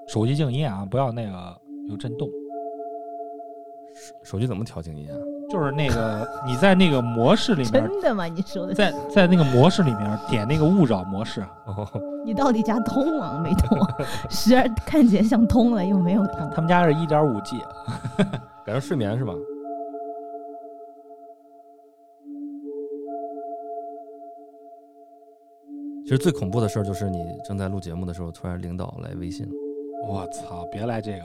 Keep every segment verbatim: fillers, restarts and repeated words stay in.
手机静音啊，不要那个有震动。 手机怎么调静音啊？ 就是那个你在那个模式里面， 真的吗？你说的在在那个模式里面点那个勿扰模式。 哦， 你到底家通了没通？时而看起来像通了，又没有通。 他们家是 一点五 G， 改成睡眠是吧？其实最恐怖的事儿就是你正在录节目的时候，突然领导来微信了。 我操！别来这个。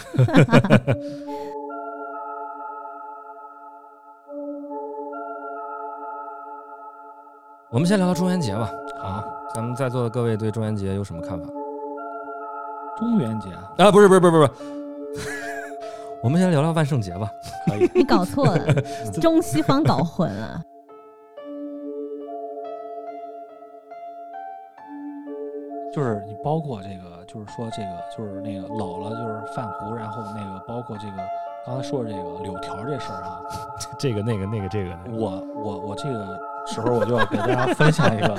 我们先聊聊中元节吧。 好， 咱们在座的各位对中元节有什么看法？ 中元节啊？ 啊，不是不是不是不是，我们先聊聊万圣节吧。 可以。 你搞错了，中西方搞混了。 就是你包括这个，就是说这个，就是那个老了就是泛糊，然后那个包括这个刚才说的这个柳条这事儿啊， 这个那个那个这个， 我我我这个时候我就要给大家分享一个。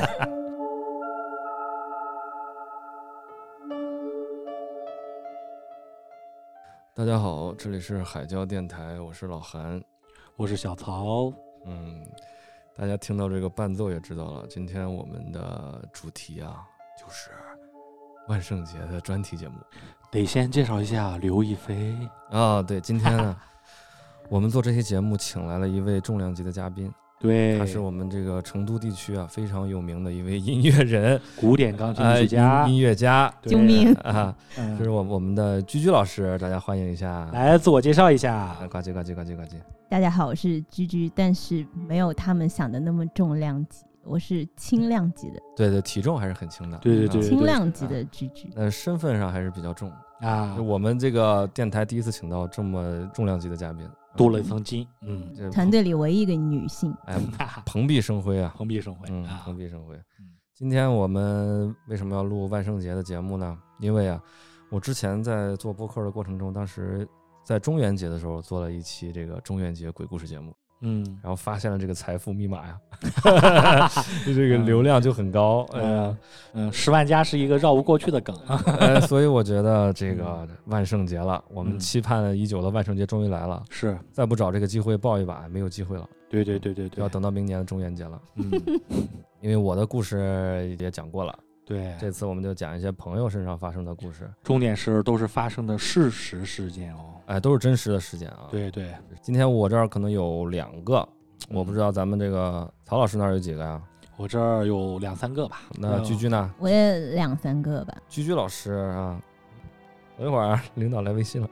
大家好，这里是海椒电台，我是老韩， 我是小曹。 嗯，大家听到这个伴奏也知道了，今天我们的主题啊，就是万圣节的专题节目。 得先介绍一下刘亦菲啊，对，今天呢，我们做这期节目请来了一位重量级的嘉宾。 对， 他是我们这个成都地区啊非常有名的一位音乐人， 古典钢琴艺术家、 呃、音, 音乐家， 救命啊！ 嗯、 这是我我们的居居老师，大家欢迎一下， 来自我介绍一下。 呱唧呱唧呱唧呱唧。 大家好，我是居居，但是没有他们想的那么重量级，我是轻量级的。 对对，体重还是很轻的。 对对 对, 对, 对， 轻量级的居居。 那、呃、身份上还是比较重啊。 我们这个电台第一次请到这么重量级的嘉宾。 多了一层金，嗯， 团队里唯一一个女性， 哎，蓬荜生辉啊， 蓬荜生辉， 嗯，蓬荜生辉。今天我们为什么要录万圣节的节目呢？因为啊，我之前在做播客的过程中，当时在中元节的时候做了一期这个中元节鬼故事节目， 嗯， 然后发现了这个财富密码呀，这个流量就很高，哎呀， 嗯，十万加是一个绕不过去的梗， 呃，所以我觉得这个万圣节了，我们期盼已久的万圣节终于来了， 是， 再不找这个机会抱一把，没有机会了。 对对对对对， 要等到明年的中元节了。 嗯， 因为我的故事也讲过了， 对， 这次我们就讲一些朋友身上发生的故事， 重点是都是发生的事实事件哦， 哎，都是真实的事件啊。 对对， 今天我这儿可能有两个，我不知道咱们这个曹老师那儿有几个呀？ 我这儿有两三个吧。 那居居呢？ 我也两三个吧。 居居老师啊，等一会儿领导来微信了，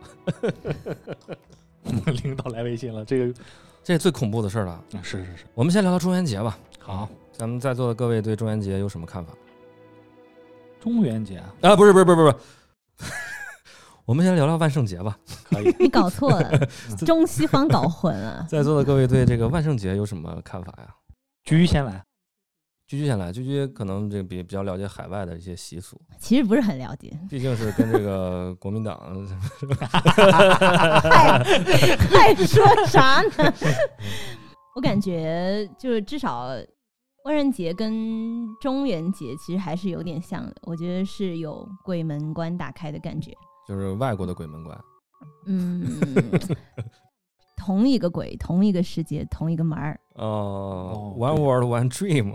领导来微信了，这个这最恐怖的事儿了。 是是是， 我们先聊聊中元节吧。 好， 咱们在座的各位对中元节有什么看法？ 中元节啊？ 啊，不是不是不是不是，我们先聊聊万圣节吧。 可以。 你搞错了，中西方搞混了。 在座的各位对这个万圣节有什么看法呀？ 居居先来。 居居先来，居居可能这个比比较了解海外的一些习俗， 其实不是很了解， 毕竟是跟这个国民党还还说啥呢？我感觉就是至少万圣节跟中元节其实还是有点像的，我觉得是有鬼门关打开的感觉， 就是外国的鬼门关。 嗯，同一个鬼，同一个世界，同一个门儿。 哦、uh, ，One World One Dream。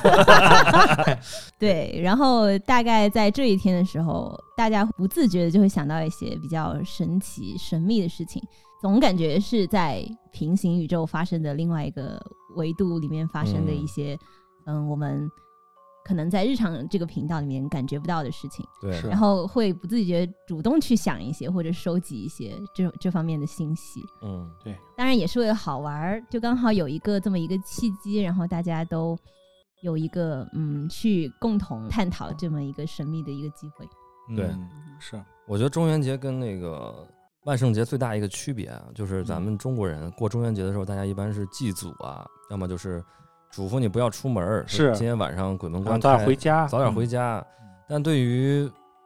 对，然后大概在这一天的时候，大家不自觉的就会想到一些比较神奇、神秘的事情，总感觉是在平行宇宙发生的另外一个维度里面发生的一些，嗯，嗯我们可能在日常这个频道里面感觉不到的事情。 对， 然后会不自觉主动去想一些或者收集一些这这方面的信息。 嗯， 对，当然也是为了好玩，就刚好有一个这么一个契机，然后大家都有一个嗯去共同探讨这么一个神秘的一个机会。 对， 嗯、是。 我觉得中元节跟那个万圣节最大一个区别啊，就是咱们中国人过中元节的时候，大家一般是祭祖啊，要么就是嘱咐你不要出门， 是今天晚上鬼门关开， 早点回家， 早点回家。嗯、但对于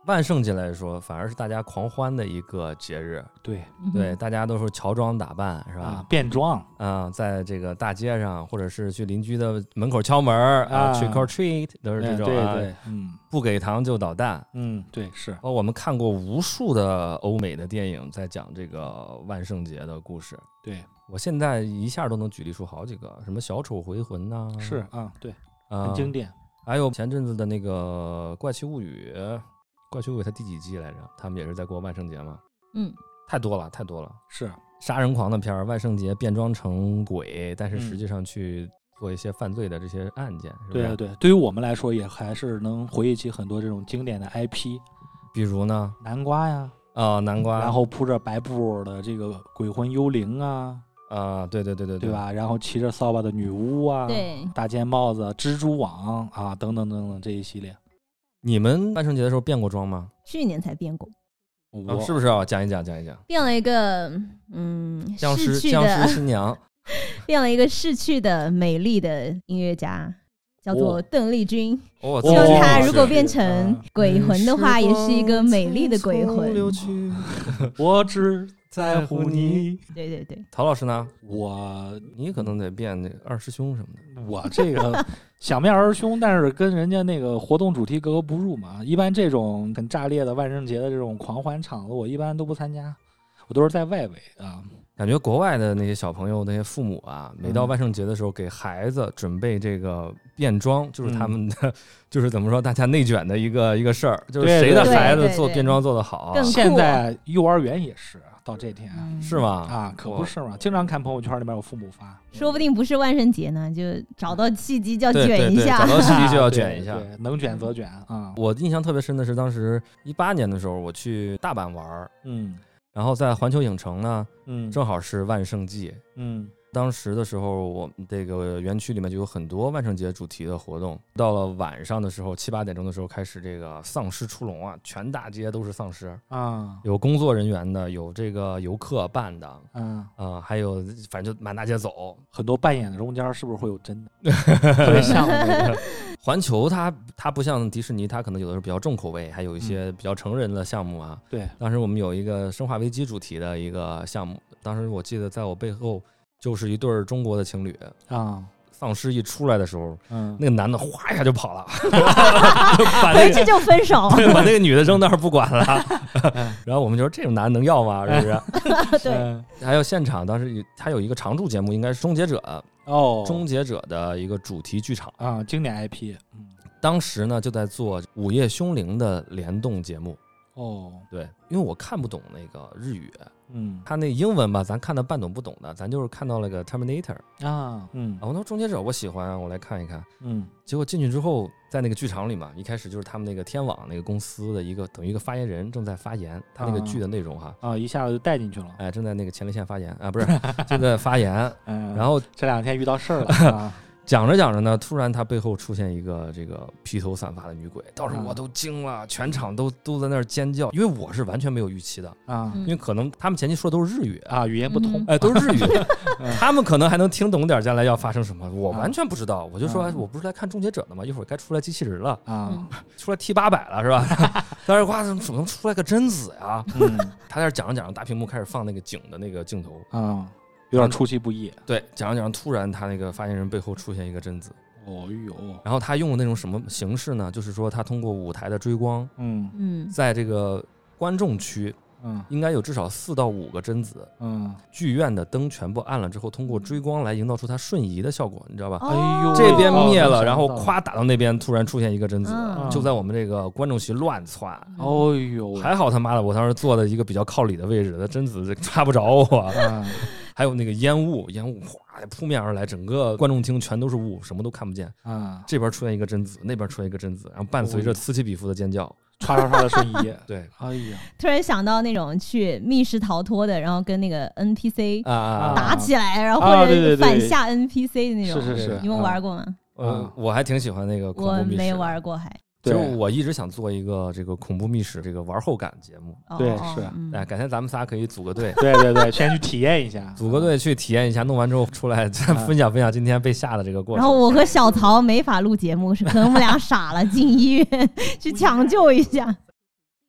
万圣节来说，反而是大家狂欢的一个节日。 对对，大家都是乔装打扮，是吧？ 啊，变装啊，在这个大街上，或者是去邻居的门口敲门啊 ，trick or treat 都是这种啊， 对对，嗯， 不给糖就捣蛋， 嗯，对是。 哦，我们看过无数的欧美的电影，在讲这个万圣节的故事。 对， 我现在一下都能举例出好几个，什么小丑回魂呐、 啊，是啊，对， 啊， 很经典。 还有前阵子的那个《怪奇物语》，《怪奇物语》它第几季来着？他们也是在过万圣节嘛。 嗯， 太多了，太多了。 是杀人狂的片儿，万圣节变装成鬼，但是实际上去做一些犯罪的这些案件。 嗯、对对，对于我们来说，也还是能回忆起很多这种经典的 I P， 比如呢， 南瓜呀， 啊、哦，南瓜， 然后铺着白布的这个鬼魂幽灵啊。 啊，对对对对对吧？然后骑着扫把的女巫啊， 对， 大尖帽子、蜘蛛网啊，等等等等这一系列。 你们万圣节的时候变过装吗？ 去年才变过， 哦、是不是啊？讲一讲，讲一讲。 变了一个嗯， 僵尸逝去僵尸的新娘， 变了一个逝去的美丽的音乐家，叫做邓丽君。 哦， 希望她如果变哦成鬼魂的话，也是一个美丽的鬼魂。 我只在乎你。 对对对， 陶老师呢？ 我你可能得变那个二师兄什么的。 我这个想变二师兄，但是跟人家那个活动主题格格不入嘛。一般这种很炸裂的万圣节的这种狂欢场子，我一般都不参加，我都是在外围啊。 感觉国外的那些小朋友、那些父母啊，每到万圣节的时候，给孩子准备这个变装，就是他们的，嗯、就是怎么说，大家内卷的一个一个事儿，就是谁的孩子做变装做得好。 现在幼儿园也是到这天， 嗯、 是吗？ 啊，可不是嘛！经常看朋友圈里面有父母发， 说不定不是万圣节呢，就找到契机就要卷一下， 对对对，找到契机就要卷一下， 对对，能卷则卷啊！ 我印象特别深的是，当时一八年的时候，我去大阪玩， 嗯。 然后在环球影城呢， 嗯， 正好是万圣季， 嗯， 当时的时候，我们这个园区里面就有很多万圣节主题的活动。到了晚上的时候，七八点钟的时候开始这个丧尸出笼啊，全大街都是丧尸啊， 有工作人员的，有这个游客扮的， 嗯啊、呃，还有反正就满大街走， 很多扮演的中间是不是会有真的？特别像那个。 环球它它不像迪士尼，它可能有的是比较重口味，还有一些比较成人的项目啊。 嗯、对， 当时我们有一个生化危机主题的一个项目，当时我记得在我背后就是一对中国的情侣啊。 丧尸一出来的时候， 嗯， 那个男的哗一下就跑了， 回去就分手， 对，把那个女的扔那儿不管了。然后我们就说这种男的能要吗？是不是？ 对。 还有现场当时他有一个常驻节目，应该是《终结者》 哦， 《终结者》的一个主题剧场啊，经典 I P。嗯， 当时呢就在做《午夜凶铃》的联动节目。 哦， 对，因为我看不懂那个日语， 嗯， 他那英文吧，咱看的半懂不懂的，咱就是看到了个 Terminator 啊，嗯， 我说终结者我喜欢，我来看一看， 嗯， 结果进去之后，在那个剧场里嘛，一开始就是他们那个天网那个公司的一个等于一个发言人正在发言，他那个剧的内容哈， 啊，一下子就带进去了， 哎，正在那个前列腺发言啊，不是正在发言， 嗯， 然后这两天遇到事儿了啊。 讲着讲着呢，突然他背后出现一个这个披头散发的女鬼，当时我都惊了，全场都都在那儿尖叫，因为我是完全没有预期的啊， 因为可能他们前期说的都是日语啊，语言不通， 哎，都是日语，他们可能还能听懂点将来要发生什么，我完全不知道，我就说我不是来看终结者的吗？一会儿该出来机器人了啊， 出来 T 八百了是吧？但是哇，怎么怎么能出来个贞子呀？嗯，他在这讲着讲着，大屏幕开始放那个景的那个镜头啊，有点出其不意。 对，讲着讲着，突然他那个发言人背后出现一个贞子。 哦呦， 然后他用的那种什么形式呢？就是说他通过舞台的追光， 嗯嗯， 在这个观众区， 嗯， 应该有至少四到五个贞子， 嗯， 剧院的灯全部暗了之后，通过追光来营造出它瞬移的效果，你知道吧？ 哎呦， 这边灭了，然后咵打到那边，突然出现一个贞子， 嗯、 就在我们这个观众席乱窜。 哦呦， 还好他妈的，我当时坐的一个比较靠里的位置，那贞子抓不着我。 嗯还有那个烟雾，烟雾哗扑面而来，整个观众厅全都是雾，什么都看不见。 啊， 这边出现一个贞子，那边出现一个贞子，然后伴随着此起彼伏的尖叫， 唰唰唰的瞬移。 对， 哎呀， 突然想到那种去密室逃脱的，然后跟那个 N P C 啊打起来，然后或者反下 N P C 的那种。 是是是， 你们玩过吗？ 嗯，我还挺喜欢那个恐怖密室。 我没玩过，还。 其实我一直想做一个这个恐怖密室这个玩后感节目， 对，是， 哎，改天咱们仨可以组个队， 对对对，先去体验一下， 组个队去体验一下，弄完之后出来再分享分享今天被吓的这个过程。 然后我和小曹没法录节目，是可能我们俩傻了，进医院去抢救一下。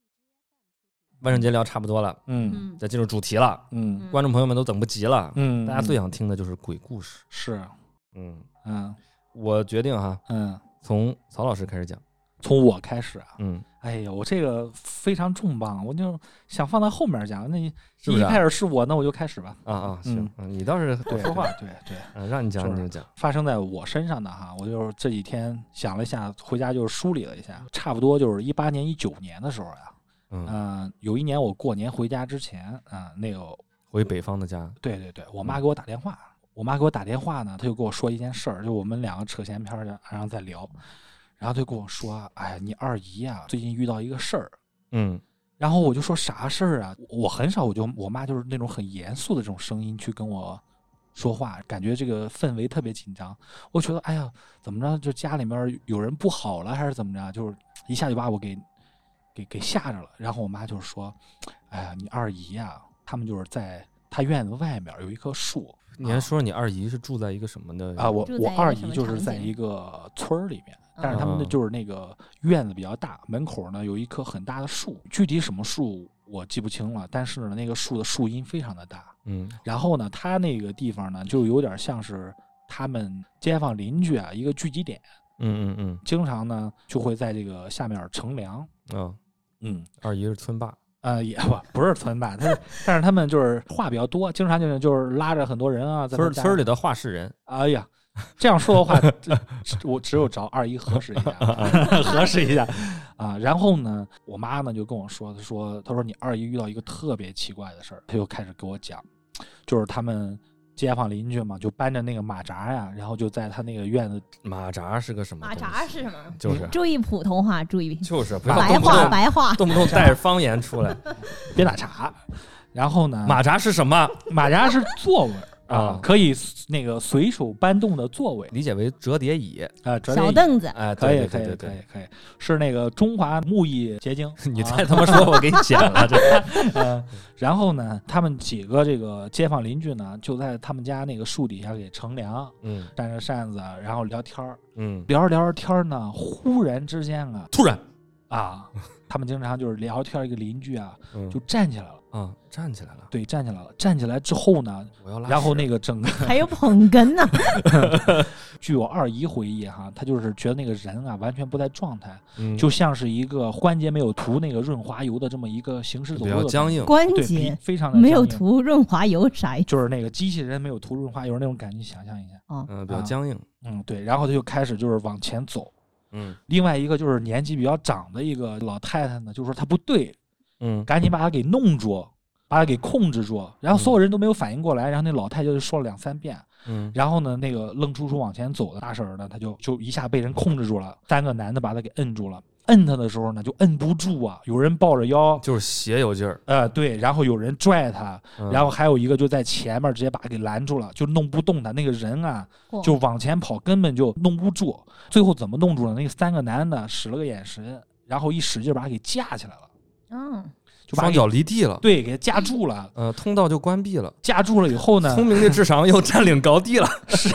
万圣节聊差不多了， 嗯嗯再进入主题了。 嗯观众朋友们都等不及了， 嗯， 大家最想听的就是鬼故事。 是， 嗯， 嗯我决定哈， 嗯， 从曹老师开始讲。 从我开始啊。 嗯， 哎呀，我这个非常重磅，我就想放在后面讲。那你是不是啊一开始是我，那我就开始吧。 啊啊，行，嗯你倒是多对说话， 对对， 嗯，让你讲就是你就讲。 发生在我身上的哈，我就是这几天想了一下，回家就是梳理了一下，差不多就是一八年、一九年的时候呀。 嗯， 嗯，有一年我过年回家之前，啊、那个回北方的家。 对对对，我妈给我打电话，我妈给我打电话呢，她就跟我说一件事儿，就我们两个扯闲篇儿的，然后再聊，然后她就跟我说，哎呀，你二姨呀、最近遇到一个事儿。 嗯然后我就说啥事儿啊？我很少，我就我妈就是那种很严肃的这种声音去跟我说话，感觉这个氛围特别紧张。我觉得哎呀，怎么着，就家里面有人不好了，还是怎么着？就是一下就把我给给给吓着了。然后我妈就说，哎呀，你二姨呀、他们就是在她院子外面有一棵树。 你还说你二姨是住在一个什么的啊，我住我二姨在一个什么场景就是在一个村儿里面，但是他们的嗯就是那个院子比较大，门口呢有一棵很大的树，具体什么树我记不清了，但是呢那个树的树荫非常的大。 嗯然后呢，它那个地方呢就有点像是他们街坊邻居啊一个聚集点， 嗯嗯经常呢就会在这个下面乘凉。 嗯啊， 嗯， 二姨是村霸。 呃，也不不是村霸，但是但是他们就是话比较多，经常就是就是拉着很多人啊，在村他家村里的话事人。 哎呀，这样说的话，这我只有找二姨核实一下，核实一下啊。然后呢，我妈呢就跟我说，她说，她说你二姨遇到一个特别奇怪的事儿，她就开始给我讲，就是他们街坊邻居嘛，就搬着那个马扎呀，然后就在他那个院子， 马扎是个什么东马西？ 扎是什么？ 就是注意普通话，注意就是不要白话动不动白话。 动不动带着方言出来。 别打岔。然后呢， 马扎是什么？ 马扎是座位啊啊， 可以那个随手搬动的座位理解为折叠椅。 啊，折叠椅小凳子， 哎， 可以对可以可以对对对可以，是那个中华木艺结晶。 你啊再他妈说，我给你剪了这。 呃，然后呢，他们几个这个街坊邻居呢，就在他们家那个树底下给乘凉， 嗯扇着扇子，然后聊天儿。 嗯， 聊着聊着天儿呢，忽然之间啊突然啊，他们经常就是聊天，一个邻居啊嗯就站起来了。 啊站起来了， 对，站起来了。站起来之后呢， 我要拉屎。 然后那个整个， 还有捧哏呢。 据我二姨回忆哈，她就是觉得那个人啊完全不在状态， 嗯就像是一个关节没有涂那个润滑油的这么一个行尸走比肉的感觉， 较僵硬。 对， 关节比非常的没有僵硬， 涂润滑油啥意思？ 就是那个机器人没有涂润滑油那种感觉，你想象一下。 哦， 嗯，比较啊僵硬。 嗯，对，然后他就开始就是往前走。 嗯另外一个就是年纪比较长的一个老太太呢，就说她不对， 嗯赶紧把她给弄住，把她给控制住。然后所有人都没有反应过来，然后那老太太就说了两三遍。 嗯然后呢，那个愣出出往前走的大婶儿呢，她就就一下被人控制住了，三个男的把她给摁住了。摁她的时候呢，就摁不住啊，有人抱着腰， 就是血有劲儿。 呃，对，然后有人拽她， 嗯然后还有一个就在前面直接把她给拦住了，就弄不动她。那个人啊， 嚯就往前跑，根本就弄不住。最后怎么弄住了？那个三个男的使了个眼神，然后一使劲把他给架起来了， 嗯， 双就把他给脚离地了。 对给架住了。 呃，通道就关闭了。 架住了以后呢， 聪明的智商又占领高地了。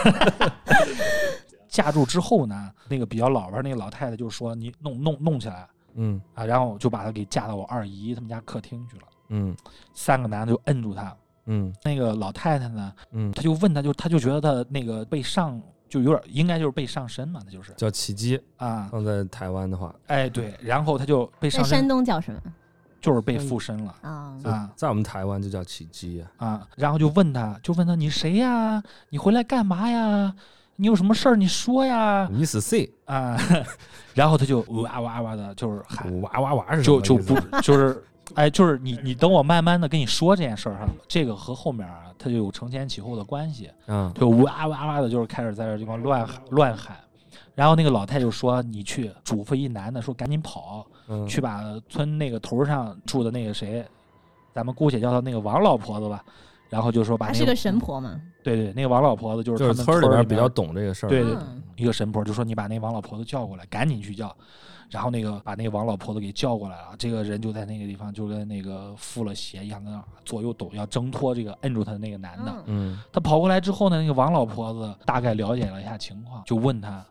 架住之后呢，那个比较老牌那个老太太就说：“你弄弄弄起来嗯啊！”然后就把他给架到我二姨他们家客厅去了。 嗯三个男的就摁住他。 嗯那个老太太呢， 嗯， 他就问他就他就觉得他那个被上就有点应该就是被上身嘛，他就是叫起鸡。 啊， 放在台湾的话， 哎对，然后他就被在山上身， 东叫什么就是被附身了。 啊？ 啊在我们台湾就叫起鸡呀。 啊，然后就问他，就问他你谁呀？你回来干嘛呀？你有什么事儿你说呀？ 你是谁？ 啊，然后他就哇哇哇的，就是喊， 哇哇哇是什就就么意思不就是，哎，就是你你等我慢慢的跟你说这件事儿哈，这个和后面啊，它就有承前启后的关系， 啊就哇哇哇的，就是开始在这地方乱喊乱喊。然后那个老太就说：“你去嘱咐一男的说赶紧跑， 嗯去把村那个头上住的那个谁，咱们姑且叫他那个王老婆子吧。”然后就说把那她是个神婆嘛？ 对对，那个王老婆子就是就是他们村儿里边边比较懂这个事儿。 对对嗯一个神婆，就说你把那王老婆子叫过来，赶紧去叫。然后那个把那个王老婆子给叫过来了，这个人就在那个地方就跟那个附了邪一样，跟那左右抖，要挣脱这个摁住他的那个男的。 嗯嗯他跑过来之后呢，那个王老婆子大概了解了一下情况，就问他，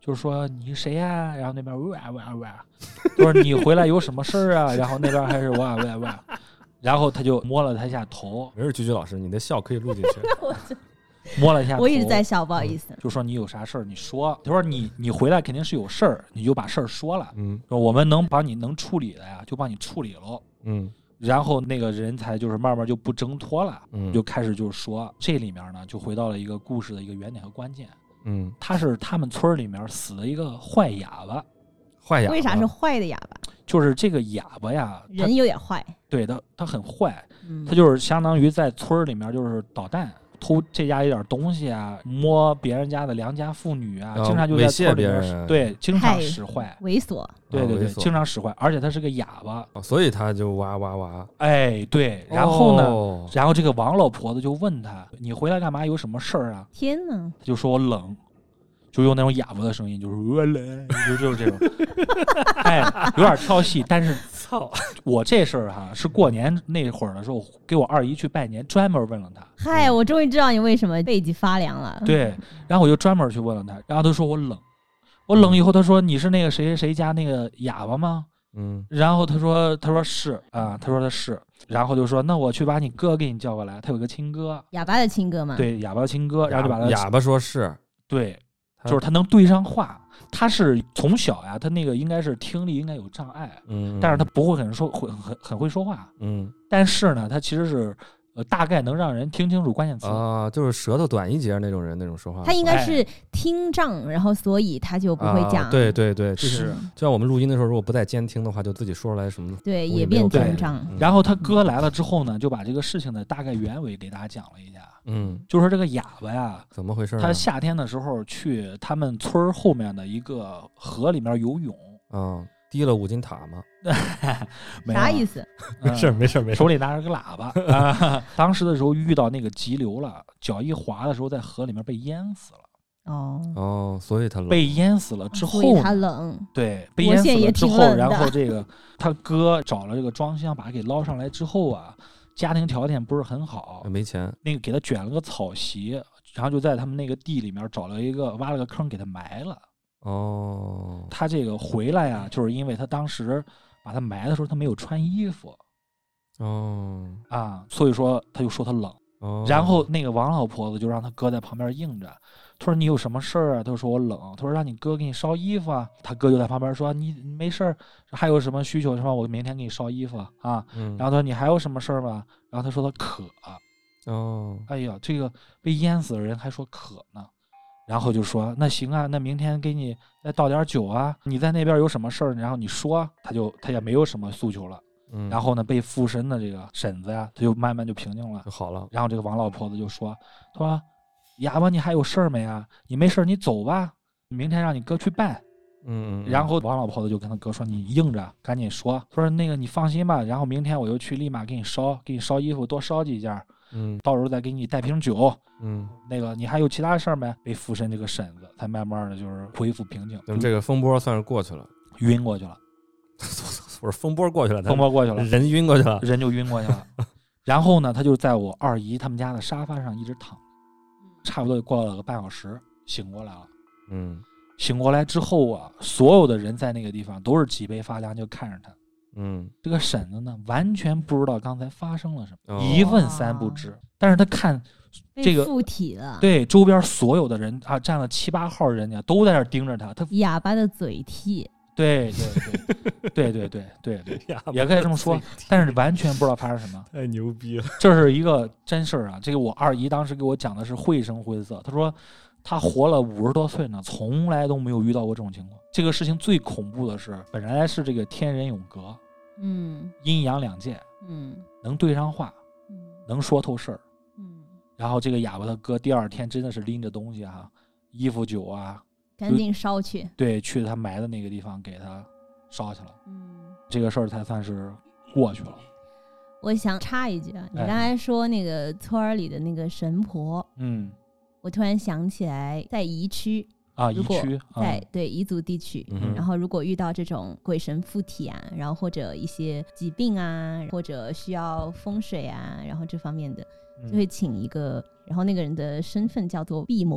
就是说你谁呀、啊？然后那边哇哇哇，就是你回来有什么事儿啊？然后那边还是哇哇哇，然后他就摸了他一下头。 没事，菊菊老师，你的笑可以录进去。 摸了一下头， 我一直在笑，不好意思。 就说你有啥事儿你说，他说你你回来肯定是有事儿，你就把事儿说了， 嗯， 说我们能帮你能处理的呀，就帮你处理喽， 嗯。 然后那个人才就是慢慢就不挣脱了， 嗯， 就开始就是说这里面呢就回到了一个故事的一个原点和关键， 嗯， 他是他们村里面死了一个坏哑巴， 坏哑巴为啥是坏的哑巴？ 就是这个哑巴呀， 人有点坏， 对的，他很坏， 嗯， 他就是相当于在村里面就是捣蛋。偷这家一点东西啊，摸别人家的良家妇女啊， 哦、 经常就在村里面、 面对，经常使坏， 猥琐， 对对对， 哦、 经常使坏，而且他是个哑巴、 哦，所以他就哇哇哇， 哎，对，然后呢， 哦、 然后这个王老婆子就问他，你回来干嘛？有什么事儿啊？ 天哪， 他就说我冷，就用那种哑巴的声音，就是我冷，就就是这种，哎，有点跳戏，但是操，我这事儿哈是过年那会儿的时候，给我二姨去拜年，专门问了他。 嗨，我终于知道你为什么背脊发凉了。 对，然后我就专门去问了他，然后他说我冷，我冷以后他说你是那个谁谁谁家那个哑巴吗？ 嗯， 然后他说他说是啊，他说他是，然后就说那我去把你哥给你叫过来，他有个亲哥， 哑巴的亲哥吗？ 对，哑巴的亲哥，然后就把他哑巴说是， 对。就是他能对上话，他是从小呀，他那个应该是听力应该有障碍， 嗯， 但是他不会很说会很很会说话， 嗯， 但是呢，他其实是呃大概能让人听清楚关键词啊，就是舌头短一截那种人那种说话， 他应该是听障，然后所以他就不会讲， 啊、对对对， 就是就像我们录音的时候，如果不带监听的话，就自己说出来什么， 对，也变听障。 然后他哥来了之后呢，就把这个事情的大概原委给大家讲了一下。 嗯， 就说这个哑巴呀， 怎么回事、啊？ 他夏天的时候去他们村后面的一个河里面游泳， 啊、嗯，提了五金塔吗？ 啥意思？ 没事没事没事， 手里拿着个喇叭啊。当时的时候遇到那个急流了，脚一滑的时候在河里面被淹死了。 哦哦，所以他冷。 被淹死了之后， 所以他冷。 对，被淹死了之后，然后这个他哥找了这个装箱把他给捞上来之后啊。家庭条件不是很好， 没钱， 那个给他卷了个草席，然后就在他们那个地里面找了一个挖了个坑给他埋了。 哦， 他这个回来呀、啊，就是因为他当时把他埋的时候他没有穿衣服。 哦， 啊，所以说他就说他冷。 哦， 然后那个王老婆子就让他哥在旁边应着，他说你有什么事儿啊？他就说我冷。他说让你哥给你烧衣服啊。他哥就在旁边说你你没事儿，还有什么需求是吧？我明天给你烧衣服啊。 嗯、 然后他说你还有什么事儿吗？然后他说他渴。 哦， 哎呀，这个被淹死的人还说渴呢。然后就说那行啊，那明天给你再倒点酒啊。你在那边有什么事儿？然后你说，他就他也没有什么诉求了。 嗯， 然后呢，被附身的这个婶子呀，他就慢慢就平静了， 就好了。 然后这个王老婆子就说：“他说哑巴，你还有事儿没啊？你没事儿你走吧，明天让你哥去办。” 嗯嗯。 然后王老婆子就跟他哥说：“你硬着，赶紧说。”他说：“那个你放心吧，然后明天我就去，立马给你烧，给你烧衣服，多烧几件。 嗯， 到时候再给你带瓶酒。 嗯， 那个你还有其他事儿没？”被附身这个婶子才慢慢的就是恢复平静。 那么这个风波算是过去了， 晕过去了。 我说风波过去了， 风波过去了， 人晕过去了， 人就晕过去了。然后呢，他就在我二姨他们家的沙发上一直躺，差不多过了个半小时，醒过来了。 嗯， 醒过来之后啊，所有的人在那个地方都是脊背发凉，就看着他。 嗯， 这个婶子呢，完全不知道刚才发生了什么， 哦、 一问三不知。但是他看这个附体了， 对周边所有的人啊，站了七八号人家都在那盯着他。他哑巴的嘴替。 对对对对对对对对，也可以这么说，但是完全不知道发生什么， 太牛逼了， 这是一个真事儿啊！这个我二姨当时给我讲的是绘声绘色，她说她活了五十多岁呢，从来都没有遇到过这种情况。这个事情最恐怖的是，本来是这个天人永隔， 嗯， 阴阳两界， 嗯， 能对上话， 嗯， 能说透事儿， 嗯， 然后这个哑巴他哥第二天真的是拎着东西哈、啊，衣服酒啊。 赶紧烧去， 对，去他埋的那个地方给他烧去了。 嗯， 这个事儿才算是过去了。 我想插一句啊，你刚才说那个村里的那个神婆， 嗯， 我突然想起来，在疫区啊，疫区在、嗯、对彝族地区、 嗯， 然后如果遇到这种鬼神附体啊，然后或者一些疾病啊，或者需要风水啊，然后这方面的，就会请一个，然后那个人的身份叫做毕魔。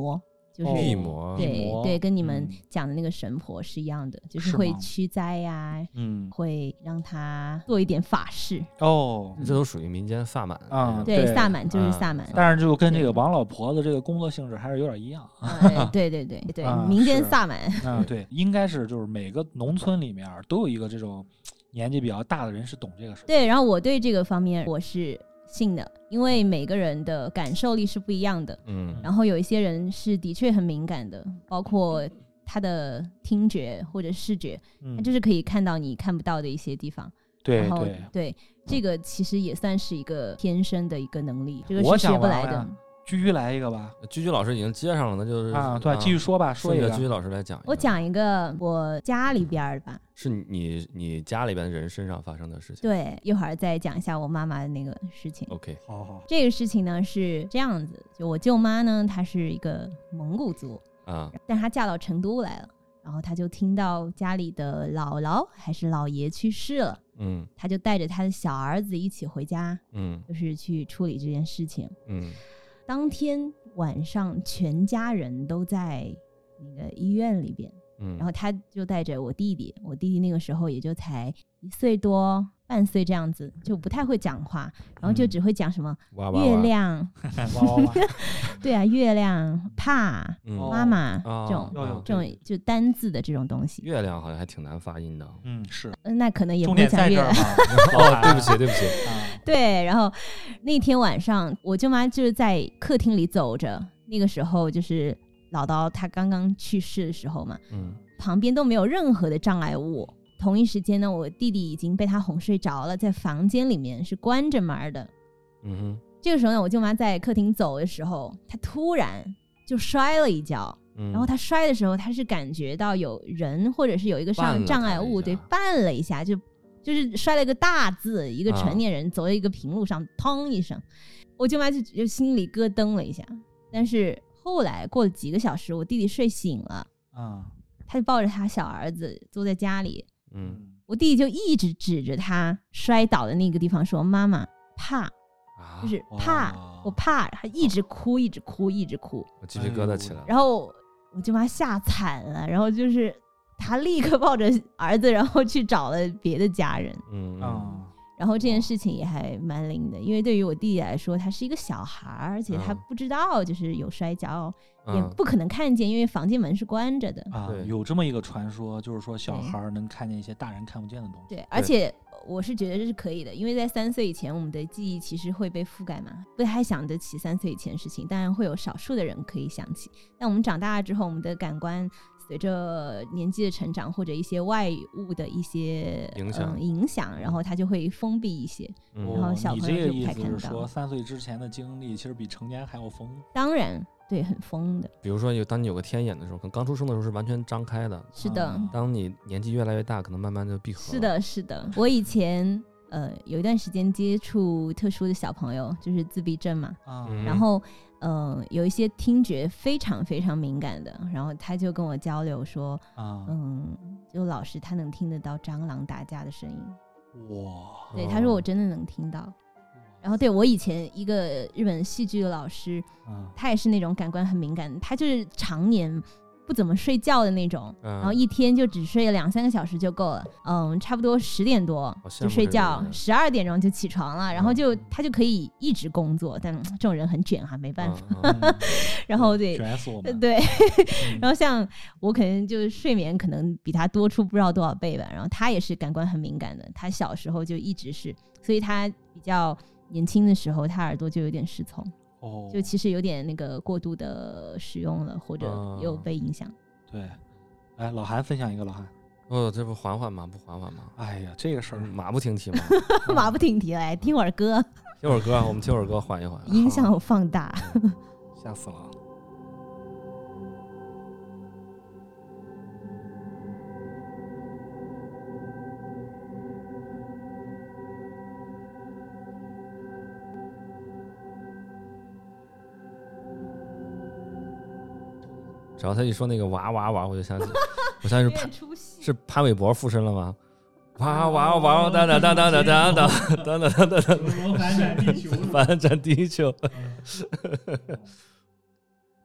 就是地魔， 对对，跟你们讲的那个神婆是一样的，就是会驱灾呀，嗯，会让他做一点法事。 哦， 这都属于民间萨满啊， 对，萨满就是萨满， 但是就跟这个王老婆子这个工作性质还是有点一样。 对对对对，民间萨满。 嗯，对，应该是就是每个农村里面都有一个这种年纪比较大的人是懂这个事。 对，然后我对这个方面我是信的，因为每个人的感受力是不一样的，嗯，然后有一些人是的确很敏感的，包括他的听觉或者视觉，嗯，他就是可以看到你看不到的一些地方。 对对对，这个其实也算是一个天生的一个能力，这个是学不来的。 居居来一个吧， 居居老师已经接上了，那就是啊，对，继续说吧，说一个居居老师来讲一个。 我讲一个我家里边的吧， 是你你家里边人身上发生的事情。 对，一会儿再讲一下我妈妈的那个事情。 OK， 好好。 这个事情呢是这样子，就我舅妈呢，她是一个蒙古族啊，但她嫁到成都来了，然后她就听到家里的姥姥还是姥爷去世了，嗯，她就带着她的小儿子一起回家，嗯，就是去处理这件事情，嗯。当天晚上全家人都在那个医院里边，嗯，然后他就带着我弟弟，我弟弟那个时候也就才一岁多半岁这样子，就不太会讲话，然后就只会讲什么、嗯、月亮哇哇哇对啊，月亮怕、嗯、妈妈、哦、这种、哦、这种就单字的这种东西。 月亮好像还挺难发音的。 嗯，是。 那可能也不会讲月亮。 哦，对不起对不起、啊、 对，然后那天晚上我舅妈就是在客厅里走着，那个时候就是姥姥她刚刚去世的时候嘛，嗯，旁边都没有任何的障碍物。同一时间呢，我弟弟已经被他哄睡着了，在房间里面是关着门的。嗯哼，这个时候呢，我舅妈在客厅走的时候，她突然就摔了一跤、嗯、然后她摔的时候，她是感觉到有人或者是有一个上障碍物，对，绊了一下，就就是摔了一个大字，一个成年人、啊、走在一个平路上，砰一声，我舅妈就就心里咯噔了一下。但是后来过了几个小时，我弟弟睡醒了，啊，他就抱着他小儿子坐在家里。嗯，我弟弟就一直指着他摔倒的那个地方说：“妈妈怕，啊、就是怕，我怕。”他一直哭，一直哭，一直哭， 我鸡皮疙瘩起来了。 然后我舅妈吓惨了，然后就是他立刻抱着儿子，然后去找了别的家人。嗯啊。然后这件事情也还蛮灵的，因为对于我弟弟来说，他是一个小孩，而且他不知道就是有摔跤、嗯、也不可能看见，因为房间门是关着的啊。有这么一个传说，就是说小孩能看见一些大人看不见的东西。 对，而且我是觉得这是可以的，因为在三岁以前，我们的记忆其实会被覆盖嘛，不太想得起三岁以前的事情。当然会有少数的人可以想起，但我们长大了之后，我们的感官随着年纪的成长或者一些外物的一些影响、 嗯、影响，然后它就会封闭一些、嗯、然后小朋友就不太看到。你这个意思是说三岁之前的经历其实比成年还要丰？ 当然，对，很丰的。 比如说有当你有个天眼的时候，可能刚出生的时候是完全张开的， 是的、嗯、 当你年纪越来越大，可能慢慢就闭合了。 是的是的。我以前呃有一段时间接触特殊的小朋友，就是自闭症嘛、嗯、然后呃，有一些听觉非常非常敏感的，然后他就跟我交流说、啊、嗯，就老师他能听得到蟑螂打架的声音。哇！对，他说我真的能听到。然后对，我以前一个日本戏剧的老师、啊、他也是那种感官很敏感，他就是常年不怎么睡觉的那种、嗯、然后一天就只睡两三个小时就够了。嗯，差不多十点多就睡觉，十二点钟就起床了、嗯、然后就他就可以一直工作，但这种人很卷哈、啊，没办法、嗯嗯、然后对卷死我们。 对、嗯、然后像我可能就是睡眠可能比他多出不知道多少倍吧，然后他也是感官很敏感的，他小时候就一直是，所以他比较年轻的时候他耳朵就有点失聪，哦，就其实有点那个过度的使用了，或者也有被影响、嗯、 对。来，老韩分享一个。老韩， 哦，这不缓缓吗？不缓缓吗？ 哎呀，这个事儿马不停蹄吗？ 马不停蹄，来听会儿歌， 听会儿歌，我们听会儿歌，缓一缓。 音响放大， 吓死了。 只要他一说那个哇哇哇，我就想起，我相信是潘是潘玮柏附身了吗？哇哇哇，当当当当当当当当当当当，反转地球，反转地球。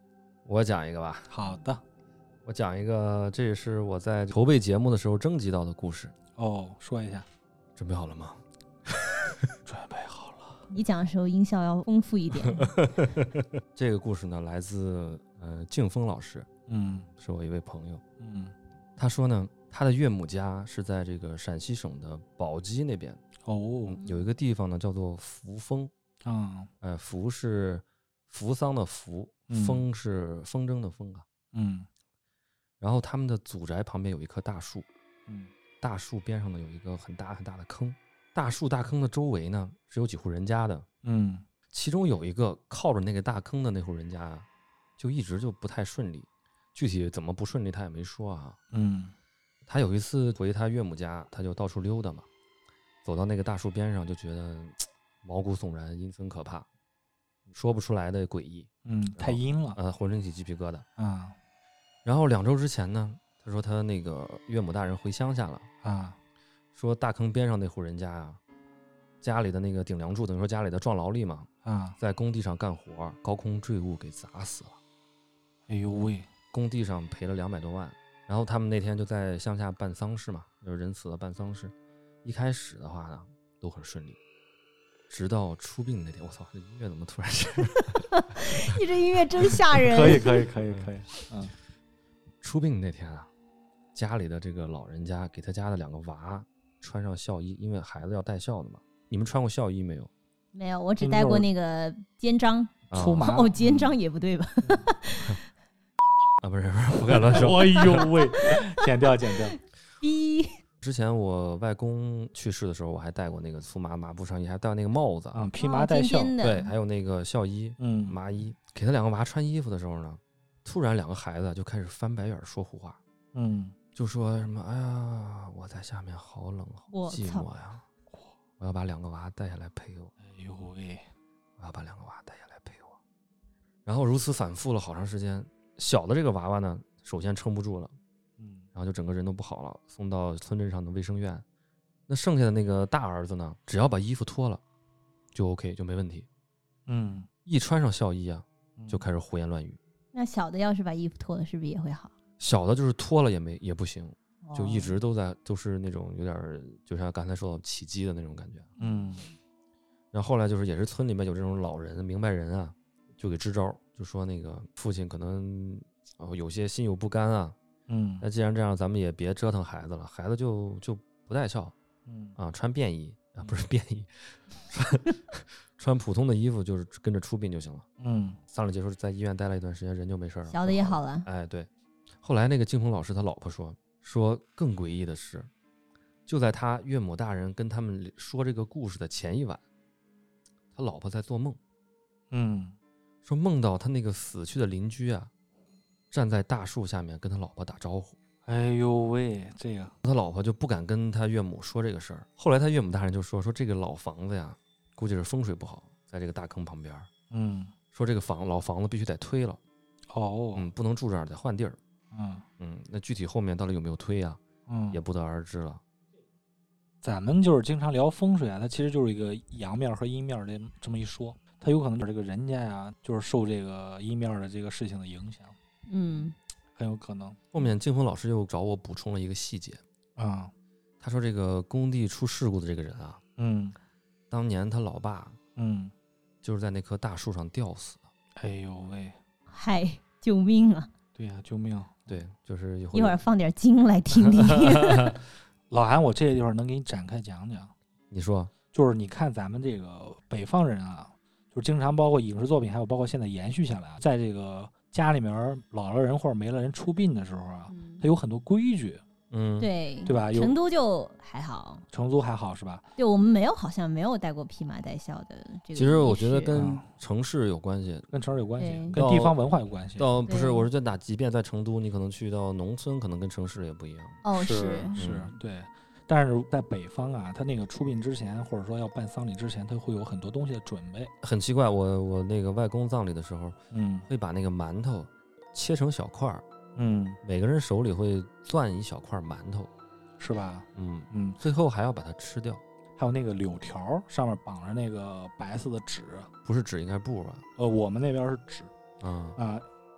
我讲一个吧。 好的。 我讲一个，这也是我在筹备节目的时候征集到的故事。 哦，说一下。 准备好了吗？ 准备好了。 你讲的时候音效要丰富一点。 这个故事呢，来自呃静峰老师， 嗯， 是我一位朋友。 嗯， 他说呢，他的岳母家是在这个陕西省的宝鸡那边。 哦， 有一个地方呢叫做扶风。 啊， 呃，扶是扶桑的扶，风是风筝的风啊。 嗯。 然后他们的祖宅旁边有一棵大树， 嗯， 大树边上呢有一个很大很大的坑，大树大坑的周围呢是有几户人家的。 嗯， 其中有一个靠着那个大坑的那户人家啊，就一直就不太顺利，具体怎么不顺利他也没说啊。 嗯， 他有一次回他岳母家，他就到处溜达嘛，走到那个大树边上就觉得毛骨悚然，阴森可怕，说不出来的诡异。 嗯，太阴了， 呃，浑身起鸡皮疙瘩啊。 然后两周之前呢，他说他那个岳母大人回乡下了啊， 说大坑边上那户人家啊，家里的那个顶梁柱，等于说家里的壮劳力嘛， 啊， 在工地上干活，高空坠物给砸死了。 哎呦喂， 工地上赔了两百多万。然后他们那天就在乡下办丧事嘛，就是人死了办丧事。一开始的话呢，都很顺利，直到出殡那天，我操，这音乐怎么突然是？ 你这音乐真吓人。 可以，可以，可以，可以。嗯。 出殡那天啊，家里的这个老人家给他家的两个娃穿上孝衣，因为孩子要带孝的嘛。你们穿过孝衣没有？ 没有，我只带过那个肩章。 粗麻哦，肩章也不对吧？ 啊，不是不是，不敢乱说。 哎呦喂，剪掉剪掉。 逼。 之前我外公去世的时候，我还戴过那个粗麻麻布上衣，还戴那个帽子， 嗯，披麻戴孝， 哦、 对，还有那个孝衣， 嗯， 麻衣。给他两个娃穿衣服的时候呢，突然两个孩子就开始翻白眼说胡话， 嗯， 就说什么哎呀，我在下面好冷好寂寞呀，我要把两个娃带下来陪我。 哎呦喂， 我要把两个娃带下来陪我。然后如此反复了好长时间，小的这个娃娃呢，首先撑不住了， 嗯， 然后就整个人都不好了，送到村镇上的卫生院。那剩下的那个大儿子呢，只要把衣服脱了就 OK， 就没问题。 嗯， 一穿上孝衣啊，就开始胡言乱语。 那小的要是把衣服脱了，是不是也会好？ 小的就是脱了也没也不行， 哦、 就一直都在都是那种有点就像刚才说的起鸡的那种感觉。 嗯， 然后后来就是也是村里面有这种老人明白人啊，就给支招，就说那个父亲可能哦有些心有不甘啊， 嗯， 那既然这样，咱们也别折腾孩子了，孩子就就不带孝， 嗯啊，穿便衣啊，不是便衣，穿穿普通的衣服，就是跟着出殡就行了。 嗯， 丧礼结束，在医院待了一段时间，人就没事了， 小的也好了。 哎，对。后来那个金鹏老师他老婆说，说更诡异的是，就在他岳母大人跟他们说这个故事的前一晚，他老婆在做梦， 嗯， 说梦到他那个死去的邻居啊，站在大树下面跟他老婆打招呼。 哎呦喂，这个他老婆就不敢跟他岳母说这个事儿。后来他岳母大人就说，说这个老房子呀，估计是风水不好，在这个大坑旁边。 嗯， 说这个房老房子必须得推了。 哦， 嗯，不能住这儿，得换地儿。 嗯嗯，那具体后面到底有没有推啊？ 嗯， 也不得而知了。 咱们就是经常聊风水啊，它其实就是一个阳面和阴面的这么一说，它有可能就是这个人家呀，就是受这个阴面的这个事情的影响。 嗯， 很有可能。 后面金峰老师又找我补充了一个细节啊， 他说这个工地出事故的这个人啊， 嗯， 当年他老爸， 嗯， 就是在那棵大树上吊死的。 哎呦喂， 嗨，救命啊！ 对呀、啊，救命！ 对，就是一会一会儿放点经来听听。 老韩，我这一会儿能给你展开讲讲。 你说， 就是你看咱们这个北方人啊，就是经常包括影视作品，还有包括现在延续下来啊，在这个家里面老了人或者没了人出殡的时候啊， 嗯、 它有很多规矩。 嗯， 对对吧？ 成都就还好， 成都还好是吧？ 对，我们没有，好像没有带过披麻戴孝的这个。 其实我觉得跟城市有关系， 跟城市有关系，跟地方文化有关系。 到不是，我是在哪？即便在成都，你可能去到农村，可能跟城市也不一样。 哦， 是是是，对。但是在北方啊，他那个出殡之前，或者说要办丧礼之前，他会有很多东西的准备。 很奇怪，我我那个外公葬礼的时候， 嗯， 会把那个馒头切成小块儿， 嗯， 每个人手里会攥一小块馒头。 是吧？ 嗯嗯， 最后还要把它吃掉。 还有那个柳条上面绑着那个白色的纸， 不是纸，应该是布吧？ 呃，我们那边是纸。 啊、 嗯、啊，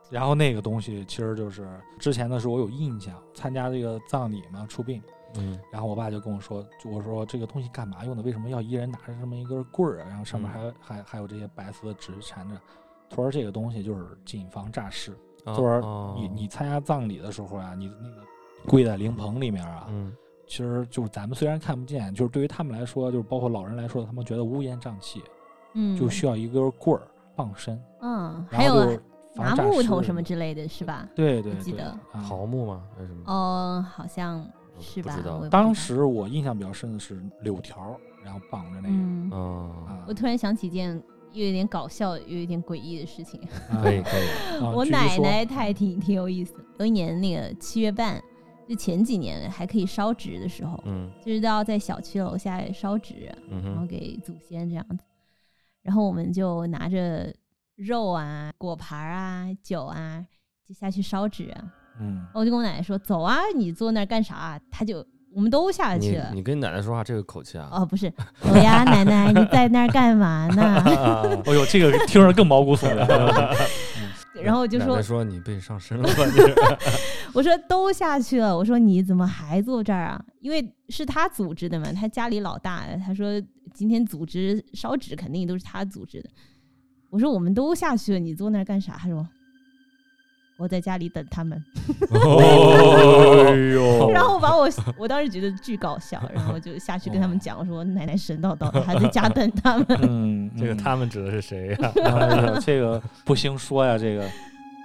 然后那个东西其实就是之前的时候我有印象，参加这个葬礼嘛，出殡， 嗯， 然后我爸就跟我说，就我说这个东西干嘛用的？为什么要一人拿着这么一根棍儿啊？然后上面还、嗯、还还有这些白色的纸缠着。他说这个东西就是谨防诈尸，哦、就是你你参加葬礼的时候啊，你那个跪在灵棚里面啊， 嗯， 其实就是咱们虽然看不见，就是对于他们来说，就是包括老人来说，他们觉得乌烟瘴气， 嗯， 就需要一根棍儿傍身， 嗯，还有拿木头什么之类的是吧？ 对对对， 记得桃木吗？还是什么？ 哦，好像是吧？ 当时我印象比较深的是柳条，然后绑着那个。 嗯， 哦啊、我突然想起一件又有点搞笑又有点诡异的事情。 可以可以。 我奶奶她还挺挺有意思的。有一年那个七月半，就前几年还可以烧纸的时候， 嗯， 就是都要在小区楼下烧纸， 嗯、 然后给祖先这样子。然后我们就拿着肉啊、果盘啊、酒啊，就下去烧纸啊。 嗯， 我就跟我奶奶说：“走啊，你坐那儿干啥、啊？”她就我们都下去了。 你, 你跟奶奶说话这个口气啊？ 哦，不是，走呀，奶奶，你在那儿干嘛呢？ 哎呦，这个听着更毛骨悚然。 然后我就说：“ 奶奶说你被上身了吧？” 我说：“都下去了。”我说：“你怎么还坐这儿啊？”因为是他组织的嘛，他家里老大。他说：“今天组织烧纸肯定都是他组织的。”我说：“我们都下去了，你坐那儿干啥？”他说：“我在家里等他们。” 哦呦！ 然后把我，我当时觉得巨搞笑，然后我就下去跟他们讲，我说：“奶奶神叨叨的，还在家等他们。” 嗯， 这个他们指的是谁呀、 啊？这个不兴说呀，这个。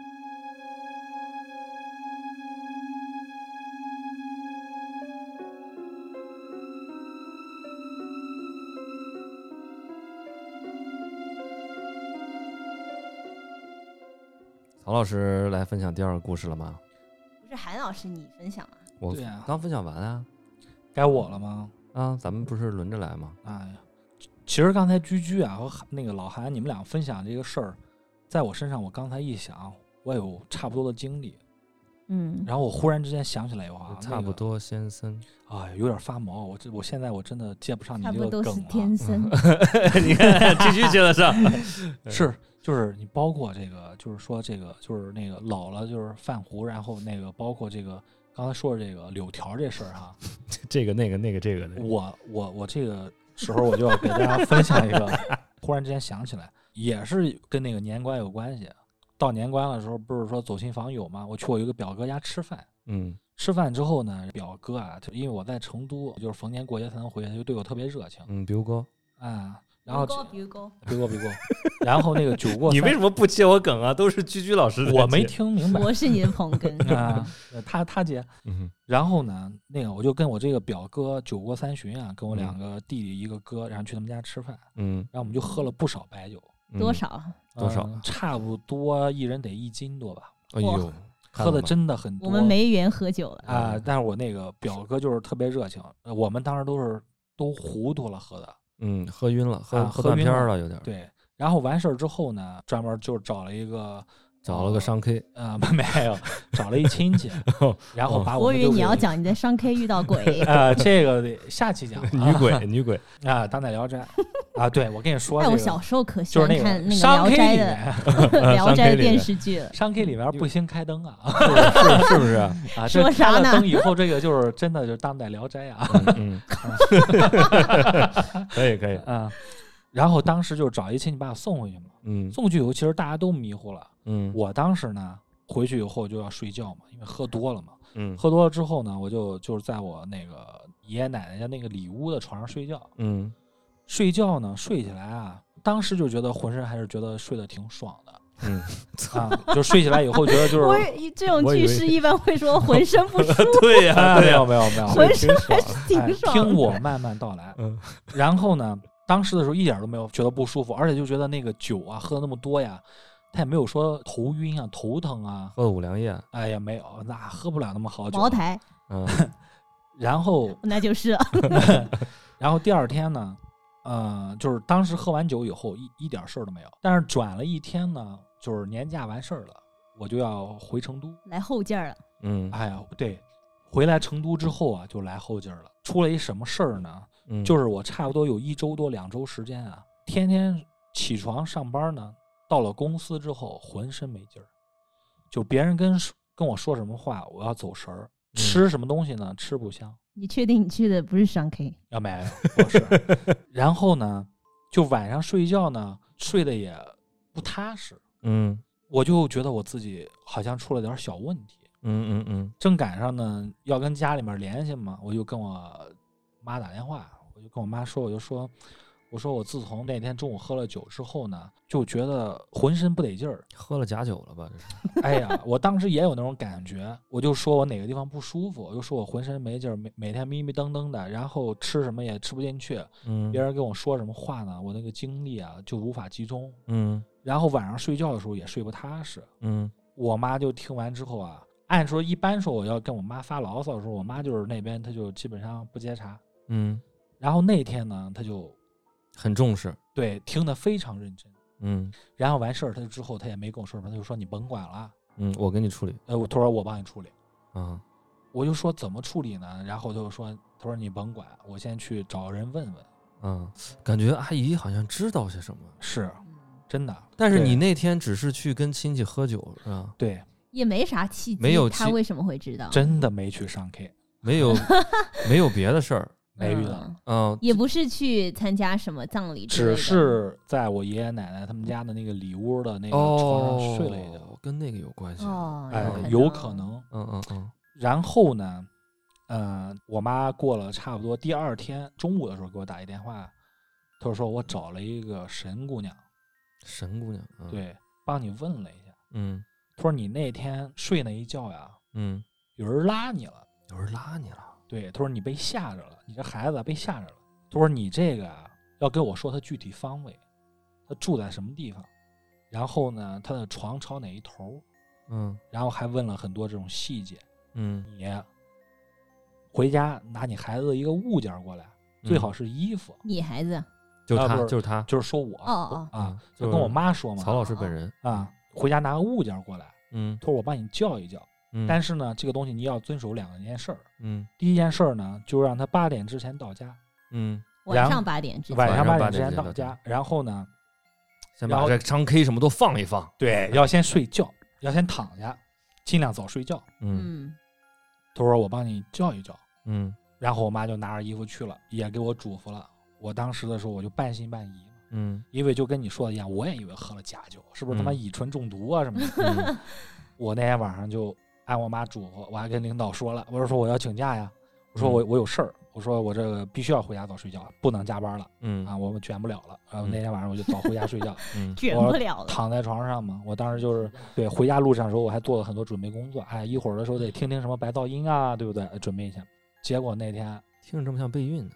曹老师来分享第二个故事了吗？ 不是韩老师你分享吗？ 我刚分享完啊。 该我了吗？ 啊，咱们不是轮着来吗？ 哎呀，其实刚才居居啊和那个老韩你们俩分享这个事儿，在我身上我刚才一想，我有差不多的经历。 嗯， 然后我忽然之间想起来有啊， 差不多先生， 哎、那个，有点发毛。我这我现在我真的接不上你这个梗了。 差不多是天生。 你看，继续接得上。 是。就是你包括这个，就是说这个，就是那个老了就是泛糊，然后那个包括这个刚才说的这个柳条这事儿哈， 这个那个那个这个的， 我我我这个时候我就要给大家分享一个，忽然之间想起来，也是跟那个年关有关系。到年关的时候，不是说走亲访友吗？我去我有一个表哥家吃饭， 嗯， 吃饭之后呢，表哥啊，因为我在成都，就是逢年过节才能回去，他就对我特别热情， 嗯，表哥啊。然后比如哥， 比如哥，比如哥，然后那个酒过， 你为什么不接我梗啊？都是居居老师， 我没听明白。 我是你的捧哏啊，他他接。 嗯， 然后呢，那个我就跟我这个表哥酒过三巡啊，跟我两个弟弟一个哥，然后去他们家吃饭。 嗯， 然后我们就喝了不少白酒。 多少？ 多少？ 差不多一人得一斤多吧。 哎呦， 喝的真的很多。 我们没缘喝酒了啊！但是我那个表哥就是特别热情，我们当时都是都糊涂了喝的。 嗯，喝晕了，喝、 啊、 喝断片了，有点。 对，然后完事儿之后呢，专门就找了一个， 找了个商 K， 呃，没有，找了一亲戚，然后把我。 我以为你要讲你在商 K 遇到鬼。 啊，这个得下期讲。 女鬼，女鬼啊，当代聊斋啊，对我跟你说， 哎，我小时候可喜欢看那个聊斋的聊斋电视剧了。 商 K 里面不兴开灯啊， 是是不是啊？ 啊， 说啥呢？ 开了灯以后，这个就是真的就是当代聊斋啊。 嗯，可以可以啊。然后当时就找一亲戚把我送回去嘛。 嗯， 送去以后，其实大家都迷糊了。 嗯， 我当时呢回去以后就要睡觉嘛，因为喝多了嘛。 嗯， 喝多了之后呢，我就就是在我那个爷爷奶奶家那个里屋的床上睡觉。 嗯， 睡觉呢，睡起来啊，当时就觉得浑身还是觉得睡得挺爽的。 嗯， 啊，就睡起来以后觉得就是我这种句式一般会说浑身不舒服。 对呀、 啊，没有没有没有， 浑身还是挺爽、 哎。听我慢慢道来。 嗯， 然后呢，当时的时候一点都没有觉得不舒服，而且就觉得那个酒啊喝的那么多呀，他也没有说头晕啊、头疼啊。 喝五粮液？ 哎呀，没有，那喝不了那么好酒。 茅台。 嗯， 然后那就是了。 然后第二天呢，呃，就是当时喝完酒以后一一点事儿都没有，但是转了一天呢，就是年假完事儿了，我就要回成都来后劲儿了。 嗯， 哎呀，对，回来成都之后啊，就来后劲儿了。出了一什么事儿呢？ 嗯， 就是我差不多有一周多两周时间啊，天天起床上班呢，到了公司之后浑身没劲儿， 就别人跟跟我说什么话，我要走神儿。吃什么东西呢？吃不香。 你确定你去的不是双 K？ 要没有，不是。然后呢，就晚上睡觉呢，睡得也不踏实。 嗯， 我就觉得我自己好像出了点小问题。 嗯嗯嗯， 正赶上呢，要跟家里面联系嘛，我就跟我妈打电话，我就跟我妈说，我就说，我说我自从那天中午喝了酒之后呢，就觉得浑身不得劲儿。 喝了假酒了吧？这是？ 哎呀，我当时也有那种感觉，我就说我哪个地方不舒服，我就说我浑身没劲儿，每每天迷迷瞪瞪的，然后吃什么也吃不进去。 嗯， 别人跟我说什么话呢，我那个精力啊就无法集中。 嗯， 然后晚上睡觉的时候也睡不踏实。 嗯， 我妈就听完之后啊，按说一般说我要跟我妈发牢骚的时候，我妈就是那边她就基本上不接茬。 嗯， 然后那天呢，她就很重视， 对听得非常认真。 嗯， 然后完事儿，她之后她也没跟我说什么，她就说你甭管了， 嗯，我给你处理。 呃，我她说我帮你处理。 啊， 我就说怎么处理呢？然后她就说，她说你甭管，我先去找人问问。 嗯，感觉阿姨好像知道些什么， 是真的。 但是你那天只是去跟亲戚喝酒，是吧？ 对， 也没啥契机， 没有他为什么会知道？ 真的没去上 K， 没有没有别的事儿， 没遇到。 嗯， 也不是去参加什么葬礼之类的， 只是在我爷爷奶奶他们家的那个里屋的那个床上睡了一觉。 哦，跟那个有关系。 哦， 哎， 有有可能。 嗯嗯嗯。 然后呢，呃，我妈过了差不多第二天中午的时候给我打一电话，她说我找了一个神姑娘。 神姑娘。嗯、 对，帮你问了一下。 嗯。 她说你那天睡那一觉呀， 嗯， 有人拉你了。 有人拉你了。 对，她说你被吓着了，你这孩子被吓着了。她说你这个啊，要跟我说他具体方位，他住在什么地方，然后呢，他的床朝哪一头。 嗯， 然后还问了很多这种细节。 嗯， 你回家拿你孩子的一个物件过来， 嗯、 最好是衣服。 你孩子就他、 啊、 就是他， 就是说我哦哦啊， 嗯、 就跟我妈说嘛， 曹老师本人啊，回家拿个物件过来。 嗯， 他说我帮你叫一叫。 嗯， 但是呢，这个东西你要遵守两件事儿。 嗯， 第一件事儿呢，就让他八点之前到家。 嗯， 晚上八点之前， 晚上八点之前到家。然后呢， 先把这唱 K 什么都放一放。 对，要先睡觉，要先躺下，尽量早睡觉。 嗯， 他说我帮你叫一叫。 嗯， 然后我妈就拿着衣服去了，也给我嘱咐了。我当时的时候我就半信半疑。 嗯， 因为就跟你说的一样，我也以为喝了假酒，是不是他妈乙醇中毒啊什么的。 嗯、 我那天晚上就按我妈嘱咐，我还跟领导说了，我说说我要请假呀，我说我我有事儿，我说我这个必须要回家早睡觉，不能加班了。 嗯啊，我们卷不了了。然后那天晚上我就早回家睡觉。 嗯， 卷不了了。 躺在床上嘛，我当时就是对回家路上的时候，我还做了很多准备工作。哎，一会儿的时候得听听什么白噪音啊，对不对？准备一下。结果那天听着这么像备孕呢。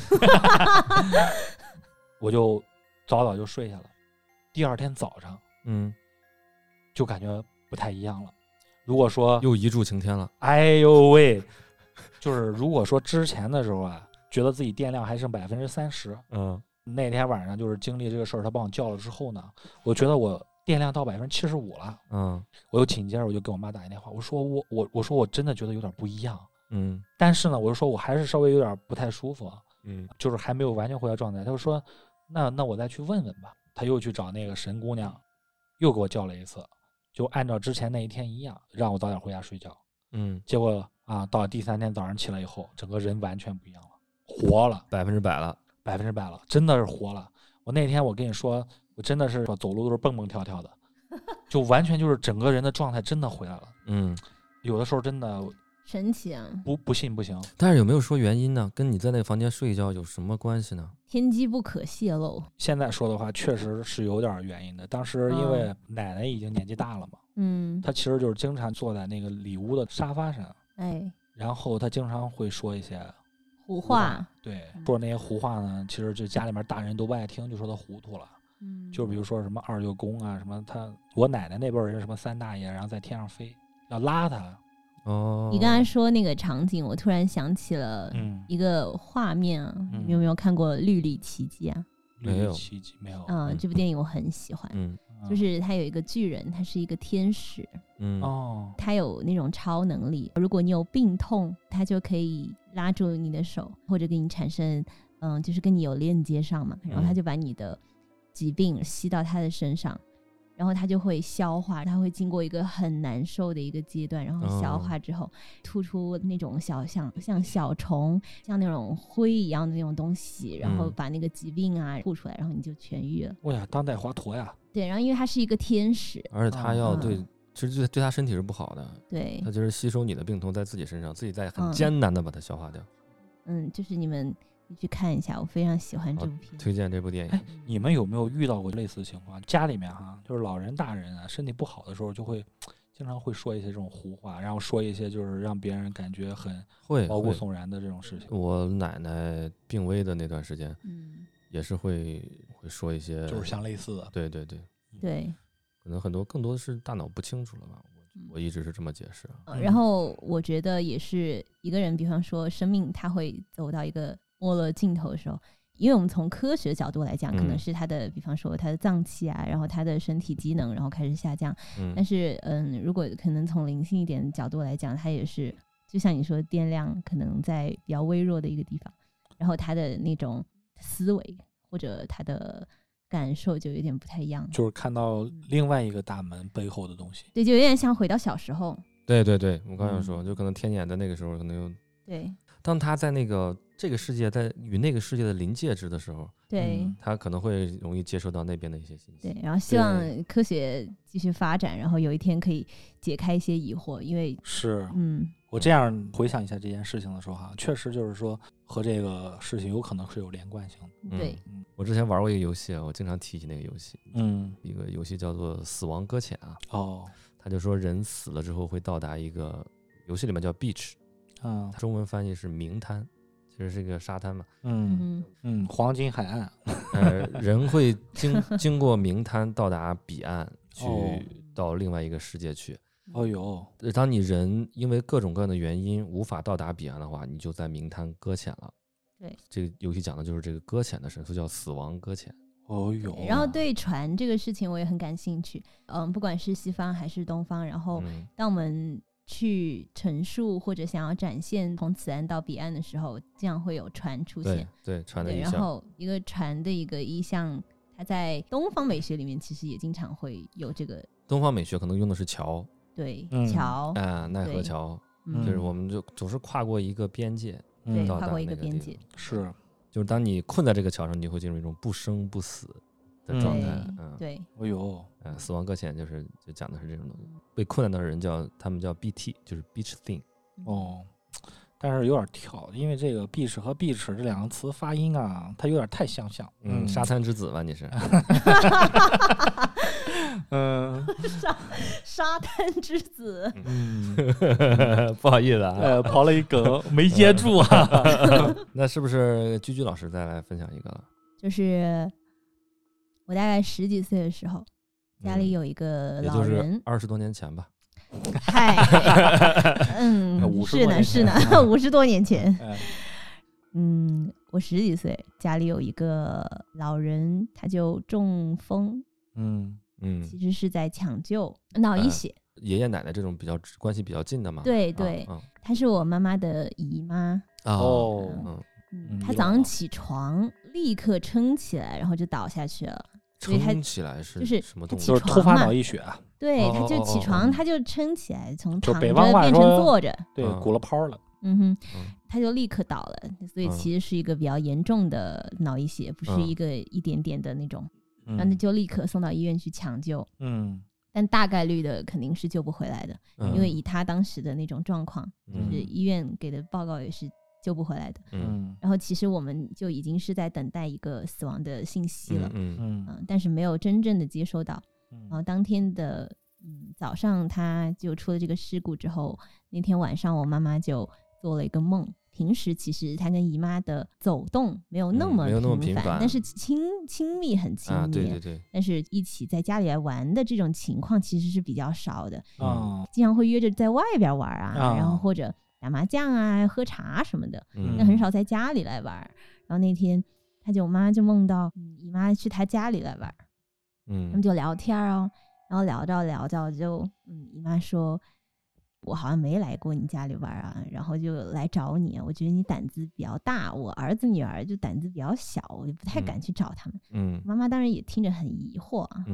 我就早早就睡下了。第二天早上， 嗯， 就感觉不太一样了。如果说又一柱擎天了， 哎呦喂，就是如果说之前的时候啊，觉得自己电量还剩百分之三十， 嗯， 那天晚上就是经历这个事儿，他帮我叫了之后呢，我觉得我电量到百分之七十五了， 嗯， 我又紧接着我就给我妈打一电话，我说我我我说我真的觉得有点不一样， 嗯， 但是呢，我就说我还是稍微有点不太舒服， 嗯， 就是还没有完全回到状态。他就说那那我再去问问吧，他又去找那个神姑娘，又给我叫了一次。就按照之前那一天一样，让我早点回家睡觉。 嗯， 结果啊，到第三天早上起来以后，整个人完全不一样了，活了， 百分之百了， 百分之百了，真的是活了。我那天我跟你说，我真的是走路都是蹦蹦跳跳的，就完全就是整个人的状态真的回来了。 嗯， 有的时候真的神奇啊！ 不不信不行。 但是有没有说原因呢？跟你在那个房间睡一觉有什么关系呢？ 天机不可泄露。 现在说的话，确实是有点原因的。当时因为奶奶已经年纪大了嘛， 嗯， 她其实就是经常坐在那个里屋的沙发上， 哎， 然后她经常会说一些胡话。 对，说那些胡话呢，其实就家里面大人都不爱听，就说她糊涂了。 嗯， 就比如说什么二舅公啊，什么他我奶奶那辈人什么三大爷，然后在天上飞，要拉他。 哦， 你刚才说那个场景，我突然想起了一个画面啊， 嗯、 你有没有看过《绿里奇迹》啊？ 没有， 奇迹没有。 嗯，这部电影我很喜欢。 嗯， 就是他有一个巨人，他是一个天使。 嗯， 哦， 他有那种超能力，如果你有病痛，他就可以拉住你的手，或者给你产生，嗯，就是跟你有链接上嘛，然后他就把你的疾病吸到他的身上。 然后它就会消化，它会经过一个很难受的一个阶段，然后消化之后吐出那种小像像小虫像那种灰一样的那种东西，然后把那个疾病啊吐出来，然后你就痊愈了。 哇呀，当代华佗呀！ 对，然后因为它是一个天使， 而且它要对、 嗯、 其实对对它身体是不好的， 对， 它就是吸收你的病痛在自己身上，自己再很艰难的把它消化掉。 嗯，就是你们你去看一下，我非常喜欢这部片， 推荐这部电影。 你们有没有遇到过类似情况？家里面哈，就是老人大人啊，身体不好的时候，就会经常会说一些这种胡话，然后说一些就是让别人感觉很毛骨悚然的这种事情。 我奶奶病危的那段时间， 嗯， 也是会会说一些， 就是像类似的。 对对对对， 可能很多更多的是大脑不清楚了吧。我一直是这么解释、 啊嗯、然后我觉得也是一个人，比方说生命他会走到一个末了尽头的时候，因为我们从科学角度来讲、嗯、可能是他的比方说他的脏器啊，然后他的身体机能然后开始下降、嗯、但是嗯，如果可能从灵性一点的角度来讲，他也是就像你说电量可能在比较微弱的一个地方，然后他的那种思维或者他的感受就有点不太一样， 就是看到另外一个大门背后的东西。 对，就有点像回到小时候。 对对对，我刚才说、嗯、就可能天眼的那个时候可能有， 对， 当他在那个这个世界在与那个世界的临界值的时候， 对、嗯、 他可能会容易接收到那边的一些信息。 对，然后希望科学继续发展，然后有一天可以解开一些疑惑。因为是嗯， 我这样回想一下这件事情的时候哈，确实就是说和这个事情有可能是有连贯性的。 对、 嗯，我之前玩过一个游戏，我经常提起那个游戏， 嗯， 一个游戏叫做死亡搁浅啊。 哦， 他就说人死了之后会到达一个游戏里面叫 beach， 嗯， 中文翻译是明滩，其实是一个沙滩嘛。 嗯嗯，黄金海岸。 呃，人会经经过明滩到达彼岸，去到另外一个世界去。 哦呦， 当你人因为各种各样的原因无法到达彼岸的话，你就在明滩搁浅了。 对， 这个游戏讲的就是这个搁浅的神父叫死亡搁浅。 哦呦， 然后对船这个事情我也很感兴趣，嗯，不管是西方还是东方，然后当我们去陈述或者想要展现从此岸到彼岸的时候，这样会有船出现。 对，对，船的意象。 然后一个船的一个意象，它在东方美学里面其实也经常会有这个。 东方美学可能用的是桥。 对， 嗯、 桥啊，奈何桥，就是我们就总是跨过一个边界， 对， 到跨过一个边界， 是， 就是当你困在这个桥上，你会进入一种不生不死的状态。嗯， 对， 哎呦， 嗯，死亡搁浅就是就讲的是这种东西，被困在那的人叫他们叫 B T， 就是 beach thing。 哦，但是有点跳，因为这个 beach 和 beach 这两个词发音啊，它有点太相像。 嗯，嗯沙滩之子吧，你是？ 嗯， 沙沙滩之子。 嗯，不好意思啊， 呃，刨了一梗没接住啊。 那是不是居居老师再来分享一个了？ 就是我大概十几岁的时候，家里有一个老人， 二十多年前吧。 嗨，嗯，是呢是呢，五十多年前。嗯，我十几岁，家里有一个老人，他就中风。 嗯嗯， 其实是在抢救脑溢血。 呃、爷爷奶奶这种比较关系比较近的嘛。 对对， 啊、 她是我妈妈的姨妈。 哦， 嗯嗯，她早上起床立刻撑起来，然后就倒下去了。 撑起来是就是什么动作？ 就是突发脑溢血啊。 对，他就起床，他就撑起来，从躺着变成坐着， 对，鼓了泡了。 嗯哼，他就立刻倒了，所以其实是一个比较严重的脑溢血，不是一个一点点的那种，然后就立刻送到医院去抢救。 嗯， 但大概率的肯定是救不回来的，因为以他当时的那种状况，就是医院给的报告也是救不回来的。 嗯， 然后其实我们就已经是在等待一个死亡的信息了。 嗯嗯、呃，但是没有真正的接收到。然后当天的嗯早上他就出了这个事故之后，那天晚上我妈妈就做了一个梦。平时其实他跟姨妈的走动没有那么频繁，嗯、没有那么频繁，但是亲亲密很亲密、 啊，对对对。 但是一起在家里来玩的这种情况其实是比较少的。 嗯， 经常会约着在外边玩啊， 啊然后或者打麻将啊、喝茶什么的， 嗯、 那很少在家里来玩。然后那天他就我妈就梦到、嗯、姨妈去他家里来玩。 嗯， 他们就聊天哦，然后聊着聊着就，嗯，姨妈说，我好像没来过你家里玩啊，然后就来找你，我觉得你胆子比较大，我儿子女儿就胆子比较小，我就不太敢去找他们。 嗯， 妈妈当然也听着很疑惑啊。 嗯，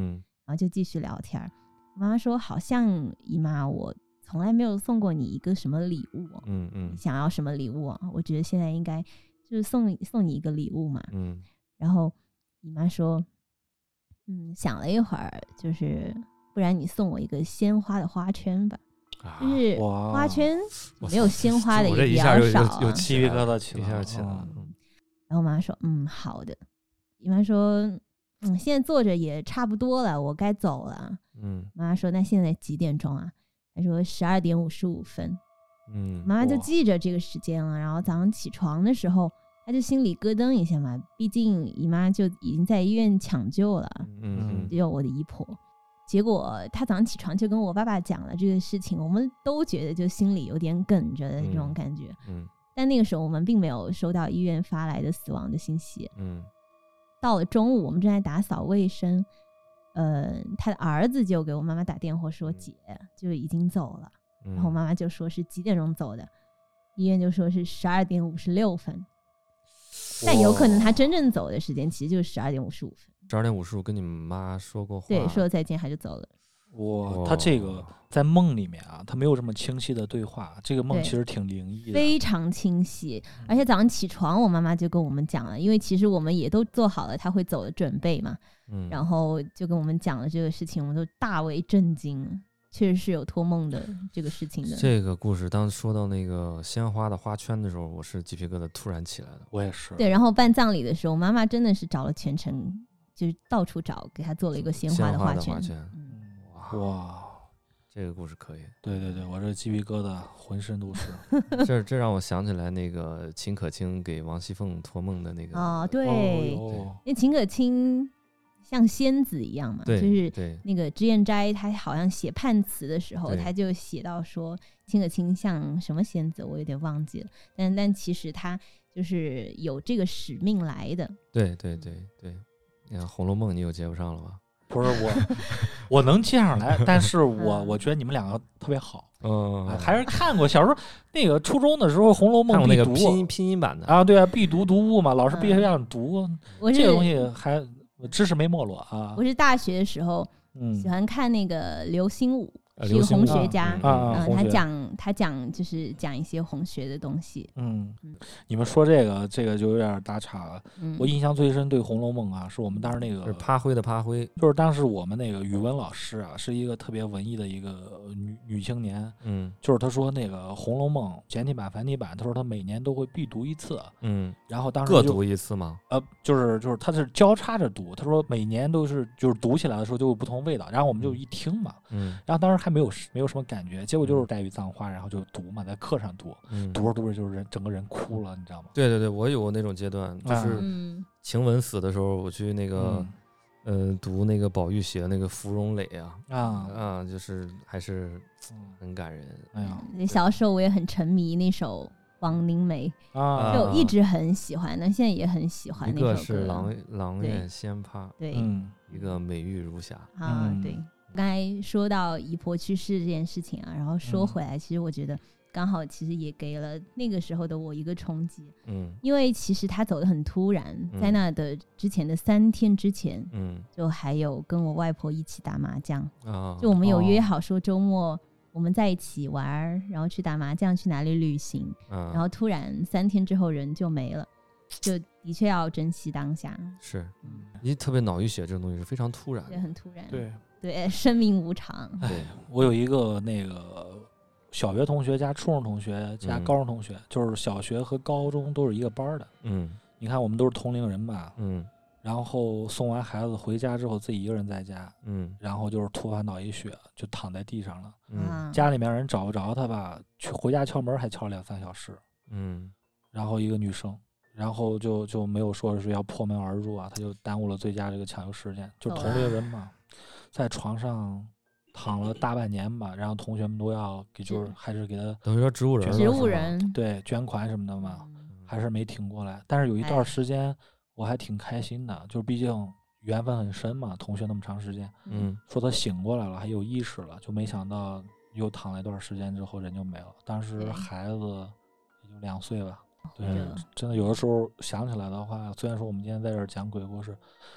然后就继续聊天。妈妈说好像姨妈我从来没有送过你一个什么礼物、哦、 嗯嗯， 你想要什么礼物啊？我觉得现在应该就是送送你一个礼物嘛。 嗯， 然后姨妈说嗯，想了一会儿，就是不然你送我一个鲜花的花圈吧。 啊、 就是花圈没有鲜花的也比较少、啊、 有鸡皮疙瘩起一下起来了、 嗯、然后妈妈说嗯好的。姨妈说嗯现在坐着也差不多了，我该走了。 嗯， 妈妈说那现在几点钟啊？她说十二点五十五分。 嗯， 妈妈就记着这个时间了。然后早上起床的时候她就心里咯噔一下嘛，毕竟姨妈就已经在医院抢救了， 嗯， 只有我的姨婆。结果她早上起床就跟我爸爸讲了这个事情，我们都觉得就心里有点梗着的这种感觉。 嗯， 但那个时候我们并没有收到医院发来的死亡的信息。 嗯， 到了中午我们正在打扫卫生，呃，他的儿子就给我妈妈打电话说姐就已经走了、嗯、然后妈妈就说是几点钟走的，医院就说是十二点五十六分，但有可能他真正走的时间其实就是十二点五十五分。 十二点五十五跟你妈说过话， 对，说了再见他就走了。 哇，他这个在梦里面啊，他没有这么清晰的对话，这个梦其实挺灵异的， 非常清晰。而且早上起床我妈妈就跟我们讲了，因为其实我们也都做好了他会走的准备嘛、嗯、然后就跟我们讲了这个事情，我们都大为震惊，确实是有托梦的这个事情的。 这个故事当说到那个鲜花的花圈的时候，我是鸡皮疙瘩突然起来的。 我也是。 对，然后办葬礼的时候妈妈真的是找了全程，就是到处找给他做了一个鲜花的花圈。 花圈嗯、 哇， 这个故事可以。 对对对，我这鸡皮疙瘩浑身都是。 这这让我想起来那个秦可卿给王熙凤托梦的那个。 哦，对， 哦、 因为秦可卿像仙子一样嘛，就是那个脂砚斋他好像写判词的时候他就写到说秦可卿像什么仙子我有点忘记了，但但其实他就是有这个使命来的。 对对对对，你看《红楼梦》你又接不上了吧？ 不是我我能接上来，但是我我觉得你们两个特别好。 嗯、 啊，还是看过小时候那个初中的时候《红楼梦》必读， 那个拼音拼音版的啊，对啊，必读读物嘛，老师必须让你读、 嗯、 这个东西还知识没没落啊。 我是大学的时候、嗯、喜欢看那个刘心武，是一个红学家， 啊， 嗯，他讲他讲就是讲一些红学的东西。 嗯，你们说这个这个就有点打岔了。 嗯、 我印象最深对《红楼梦》啊，是我们当时那个是趴灰的趴灰， 就是当时我们那个语文老师啊，是一个特别文艺的一个女女青年。 嗯， 就是他说那个《红楼梦》简体版、繁体版，他说他每年都会必读一次。 嗯， 然后当时各读一次吗？ 呃，就是就是他是交叉着读。他说每年都是就是读起来的时候就有不同味道。然后我们就一听嘛， 嗯， 然后当时还没有没有什么感觉，结果就是黛玉葬花，然后就读嘛，在课上读， 嗯、 读着读着就是人整个人哭了，你知道吗？ 对对对，我有过那种阶段，就是晴雯死的时候，我去那个，嗯、呃，读那个宝玉写的那个芙蓉蕾啊， 啊啊，就是还是很感人。 哎呀， 小时候我也很沉迷那首王凝眉啊， 就一直很喜欢，那现在也很喜欢那首歌。 一个是阆阆苑仙葩， 对， 嗯， 一个美玉如霞啊，对。刚才说到姨婆去世这件事情啊，然后说回来，嗯、其实我觉得刚好其实也给了那个时候的我一个冲击， 嗯， 因为其实他走得很突然，嗯、在那的之前的三天之前， 嗯， 就还有跟我外婆一起打麻将， 啊， 就我们有约好说周末我们在一起玩，然后去打麻将，去哪里旅行， 啊、 然后突然三天之后人就没了，就的确要珍惜当下。 是，你特别脑溢血这种东西是非常突然的， 对，很突然， 对。 对，生命无常。 对，我有一个那个小学同学加初中同学加高中同学，嗯、就是小学和高中都是一个班的。 嗯， 你看我们都是同龄人吧。 嗯， 然后送完孩子回家之后，自己一个人在家。 嗯， 然后就是突发脑溢血，就躺在地上了。 嗯， 家里面人找不着他吧，去回家敲门还敲了两三小时。 嗯， 然后一个女生。然后就就没有说是要破门而入啊，他就耽误了最佳这个抢救时间，就是同龄人嘛。在床上躺了大半年吧，然后同学们都要给，就是还是给他等于说植物人， 植物人对捐款什么的嘛，嗯、还是没挺过来。但是有一段时间我还挺开心的，就是毕竟缘分很深嘛，同学那么长时间， 嗯， 说他醒过来了，还有意识了，就没想到又躺了一段时间之后人就没了。当时孩子也就两岁吧，对，嗯、真的有的时候想起来的话，虽然说我们今天在这儿讲鬼故事。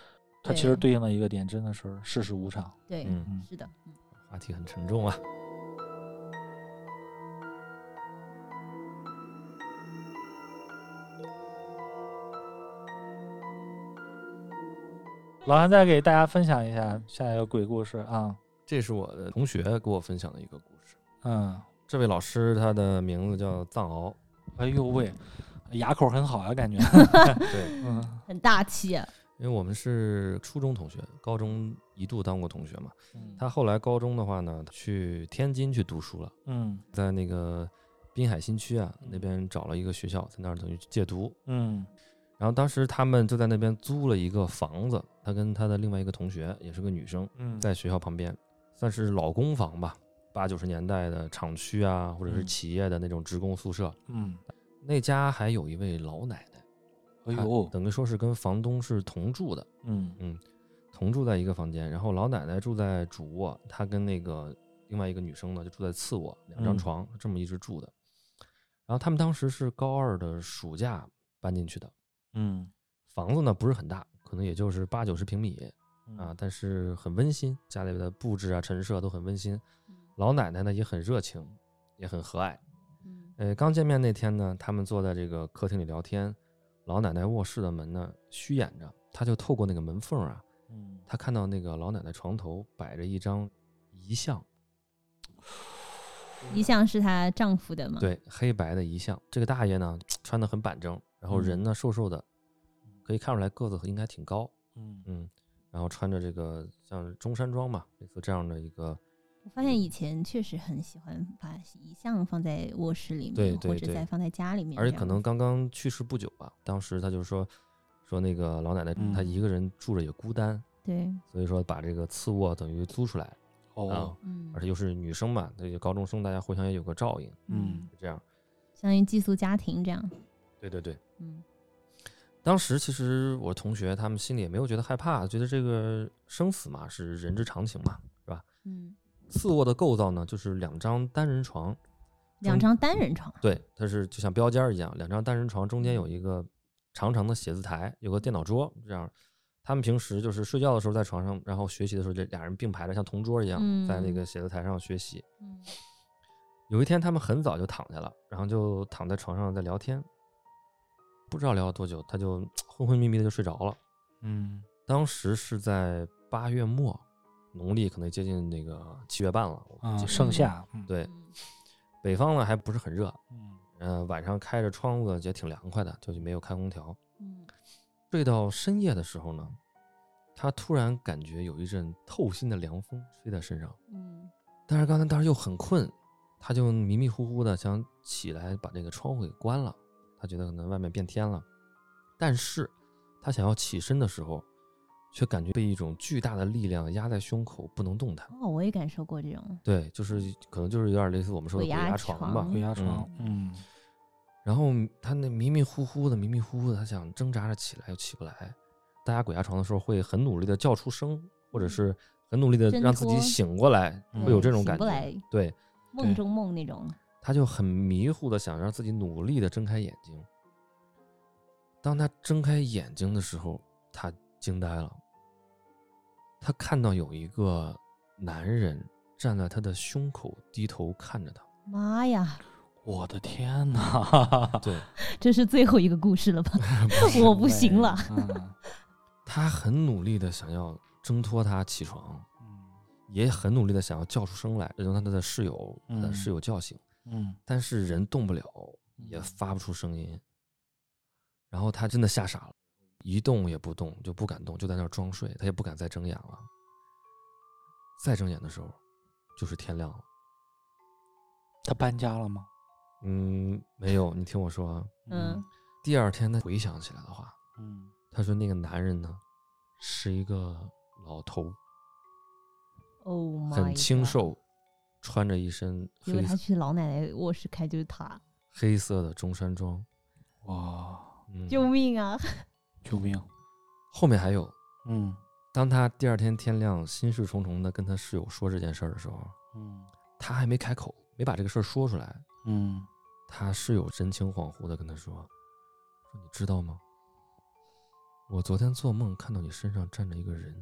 它其实对应的一个点真的是世事无常。 对， 嗯， 是的，嗯， 话题很沉重啊。 老韩再给大家分享一下下一个鬼故事啊。 这是我的同学给我分享的一个故事。 嗯， 这位老师他的名字叫藏獒。 哎呦喂，牙口很好啊，感觉。 对， 嗯， 很大气啊。 因为我们是初中同学，高中一度当过同学嘛。 嗯他后来高中的话呢，去天津去读书了， 嗯在那个滨海新区啊那边找了一个学校，在那儿等于借读。 嗯然后当时他们就在那边租了一个房子，他跟他的另外一个同学也是个女生， 嗯， 在学校旁边，算是老公房吧，八九十年代的厂区啊，或者是企业的那种职工宿舍。 嗯， 那家还有一位老奶奶， 哎呦， 等于说是跟房东是同住的， 嗯嗯，同住在一个房间。然后老奶奶住在主卧，她跟那个另外一个女生呢就住在次卧，两张床，嗯、这么一直住的。然后他们当时是高二的暑假搬进去的。 嗯， 房子呢不是很大，可能也就是八九十平米啊，但是很温馨，家里的布置啊、陈设都很温馨。老奶奶呢也很热情，也很和蔼。呃，刚见面那天呢，他们坐在这个客厅里聊天，老奶奶卧室的门呢虚掩着，他就透过那个门缝啊，嗯，他看到那个老奶奶床头摆着一张遗像。 遗像是她丈夫的吗？ 对，黑白的遗像。这个大爷呢穿得很板正，然后人呢瘦瘦的，可以看出来个子应该挺高。嗯嗯，然后穿着这个像中山装嘛，类似这样的一个。 我发现以前确实很喜欢把遗像放在卧室里面， 对对对， 或者再放在家里面。 而且可能刚刚去世不久吧，当时他就说说那个老奶奶她一个人住着也孤单， 对， 所以说把这个次卧等于租出来。 哦， 嗯，而且又是女生嘛，这个高中生，大家互相也有个照应， 嗯， 这样， 相当于寄宿家庭这样。 对对对， 嗯。 当时其实我同学他们心里也没有觉得害怕，觉得这个生死嘛是人之常情嘛，是吧？ 嗯。 次卧的构造呢，就是两张单人床， 两张单人床， 对，它是就像标间一样，两张单人床中间有一个长长的写字台，有个电脑桌，这样。他们平时就是睡觉的时候在床上，然后学习的时候这俩人并排着，像同桌一样， 嗯、 在那个写字台上学习。 嗯。 有一天他们很早就躺下了，然后就躺在床上在聊天，不知道聊了多久，他就昏昏迷迷的就睡着了。 嗯， 当时是在八月末，农历可能接近那个七月半了啊，盛夏。 嗯、对，北方呢还不是很热， 嗯， 呃，晚上开着窗子也挺凉快的，就没有开空调。 嗯。 睡到深夜的时候呢，他突然感觉有一阵透心的凉风吹在身上，嗯，但是刚才当时又很困，他就迷迷糊糊的想起来把这个窗户给关了，他觉得可能外面变天了，但是他想要起身的时候，却感觉被一种巨大的力量压在胸口，不能动弹。 哦，我也感受过这种， 对，就是可能就是有点类似我们说的鬼压床吧， 鬼压床，嗯。 嗯然后他那迷迷糊糊的，迷迷糊糊的，他想挣扎着起来又起不来。大家鬼压床的时候会很努力的叫出声，或者是很努力的让自己醒过来，会有这种感觉。对， 梦中梦那种。 他就很迷糊的想让自己努力的睁开眼睛。当他睁开眼睛的时候，他惊呆了。他看到有一个男人站在他的胸口，低头看着他。 妈呀！ 我的天哪！ 对， 这是最后一个故事了吧？我不行了。 嗯、他很努力的想要挣脱他起床，嗯、也很努力的想要叫出声来，让他的室友、嗯、他的室友叫醒。嗯，但是人动不了，也发不出声音。然后他真的吓傻了，一动也不动，就不敢动，就在那儿装睡，他也不敢再睁眼了。再睁眼的时候，就是天亮了。 他搬家了吗？ 嗯，没有，你听我说啊。嗯。第二天他回想起来的话，嗯，他说那个男人呢，是一个老头， 哦， 很清瘦，穿着一身黑。 结果他去老奶奶卧室开就是他， 黑色的中山装。 哇， 嗯、 救命啊！ 救命！ 后面还有， 嗯， 当他第二天天亮，心事重重的跟他室友说这件事的时候，嗯，他还没开口。没把这个事儿说出来，嗯，他室友神情恍惚的跟他说：“说你知道吗？ 我昨天做梦看到你身上站着一个人。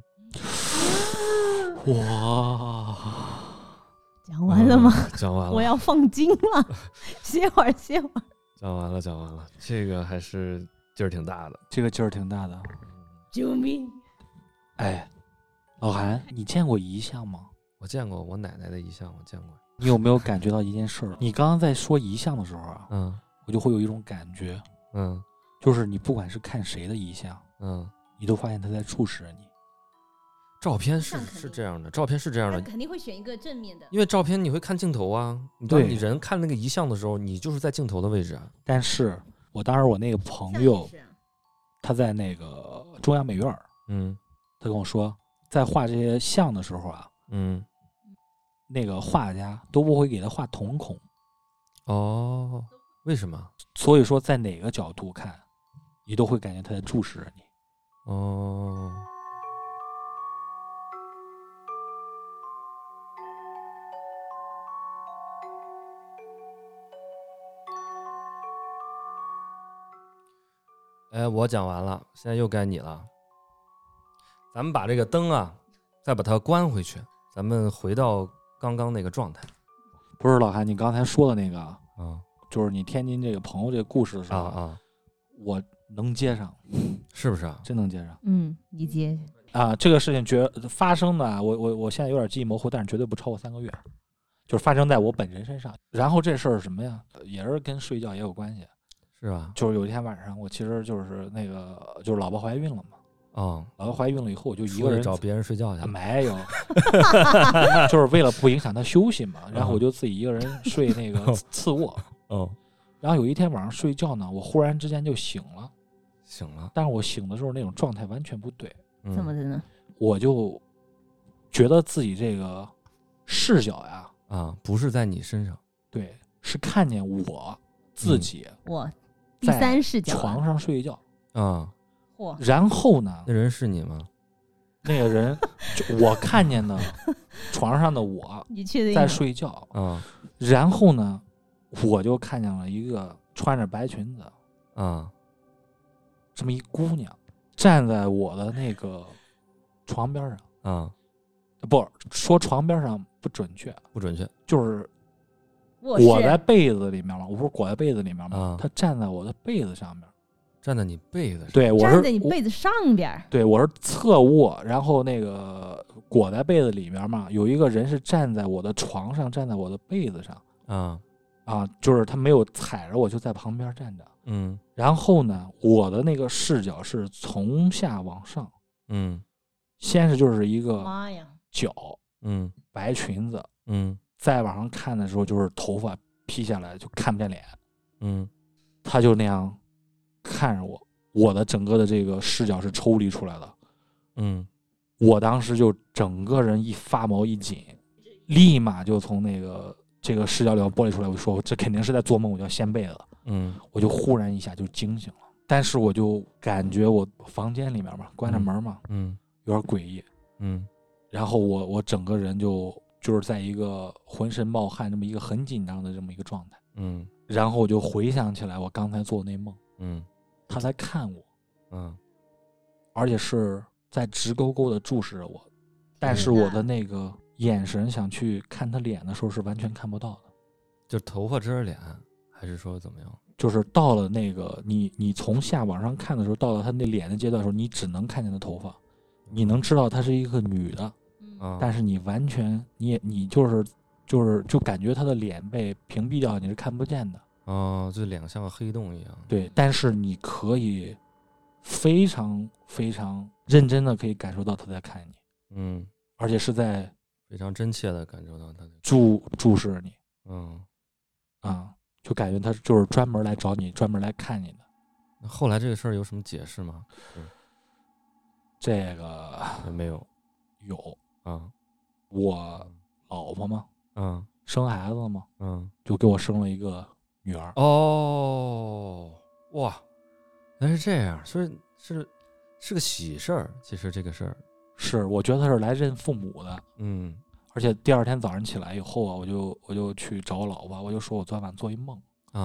哇， 讲完了吗？ 嗯、讲完了， 我要放精了，歇会儿，歇会儿。 讲完了，讲完了，这个还是劲儿挺大的， 这个劲儿挺大的。 救命！ 哎，老韩，你见过遗像吗？ 我见过我奶奶的遗像，我见过。 你有没有感觉到一件事儿？你刚刚在说遗像的时候啊， 嗯， 我就会有一种感觉， 嗯， 就是你不管是看谁的遗像， 嗯， 你都发现他在注视着你。 照片是是这样的，照片是这样的， 肯定会选一个正面的， 因为照片你会看镜头啊。你当你人看那个遗像的时候，你就是在镜头的位置啊。 但是我当时我那个朋友，他在那个中央美院， 嗯， 他跟我说，在画这些像的时候啊， 嗯， 那个画家都不会给他画瞳孔。 哦，为什么？ 所以说，在哪个角度看，你都会感觉他在注视着你。 哦。哎，我讲完了，现在又该你了。咱们把这个灯啊，再把它关回去，咱们回到刚刚那个状态。 不是老韩，你刚才说的那个， 嗯， 就是你天津这个朋友这个故事的时候啊啊， 我能接上， 是不是啊？ 真能接上。 嗯，你接啊，这个事情绝发生的，我我我现在有点记忆模糊，但是绝对不超过三个月，就是发生在我本人身上。然后这事儿什么呀，也是跟睡觉也有关系。 是吧？ 就是有一天晚上，我其实就是那个，就是老婆怀孕了嘛。 哦， 老婆怀孕了以后，我就一个人找别人睡觉去了。 啊、没有，就是为了不影响她休息嘛。然后我就自己一个人睡那个次卧。 哦。 然后有一天晚上睡觉呢，我忽然之间就醒了。 醒了。 但是我醒的时候那种状态完全不对。 怎么的呢？ 我就觉得自己这个视角呀， 啊，不是在你身上， 对，是看见我自己， 我第三视角， 床上睡觉啊， 嚯！ 然后呢， 那人是你吗？ 那个人，就我看见的床上的我， 你确定在睡觉啊？ 然后呢，我就看见了一个穿着白裙子啊， 这么一姑娘站在我的那个床边上啊， 不说床边上不准确， 不准确， 就是裹在被子里面嘛，我不是裹在被子里面嘛， 啊， 她站在我的被子上面， 站在你被子上， 对，我是站在你被子上边， 对，我是侧卧，然后那个裹在被子里面嘛，有一个人是站在我的床上，站在我的被子上， 啊啊，就是他没有踩着我，就在旁边站着， 嗯， 然后呢，我的那个视角是从下往上， 嗯， 先是就是一个妈呀， 脚， 嗯， 白裙子， 嗯， 再往上看的时候就是头发披下来就看不见脸， 嗯， 他就那样看着我，我的整个的这个视角是抽离出来的， 嗯， 我当时就整个人一发毛一紧，立马就从那个这个视角里剥离出来，我说这肯定是在做梦，我就要掀被子， 嗯， 我就忽然一下就惊醒了，但是我就感觉我房间里面嘛，关着门嘛， 嗯， 有点诡异， 嗯， 然后我我整个人就就是在一个浑身冒汗这么一个很紧张的这么一个状态， 嗯， 然后我就回想起来我刚才做的那梦， 嗯， 他在看我， 嗯， 而且是在直勾勾的注视着我，但是我的那个眼神想去看他脸的时候是完全看不到的， 就头发遮着脸，还是说怎么样？ 就是到了那个你你从下往上看的时候，到了他那脸的阶段的时候，你只能看见他头发，你能知道她是一个女的， 嗯， 但是你完全你也你就是就是就感觉她的脸被屏蔽掉，你是看不见的。 哦，就脸像个黑洞一样。 对，但是你可以非常非常认真的可以感受到她在看你， 嗯， 而且是在非常真切的感受到她的注注视你， 嗯啊，就感觉她就是专门来找你，专门来看你的。 那后来这个事儿有什么解释吗？ 这个没有， 有啊， 我老婆嘛， 嗯， 生孩子嘛， 嗯， 就给我生了一个女儿。 哦，哇，原来是这样，所以是是个喜事儿。其实这个事儿是，我觉得他是来认父母的。 嗯， 而且第二天早上起来以后啊，我就我就去找我老婆，我就说我昨晚做一梦啊，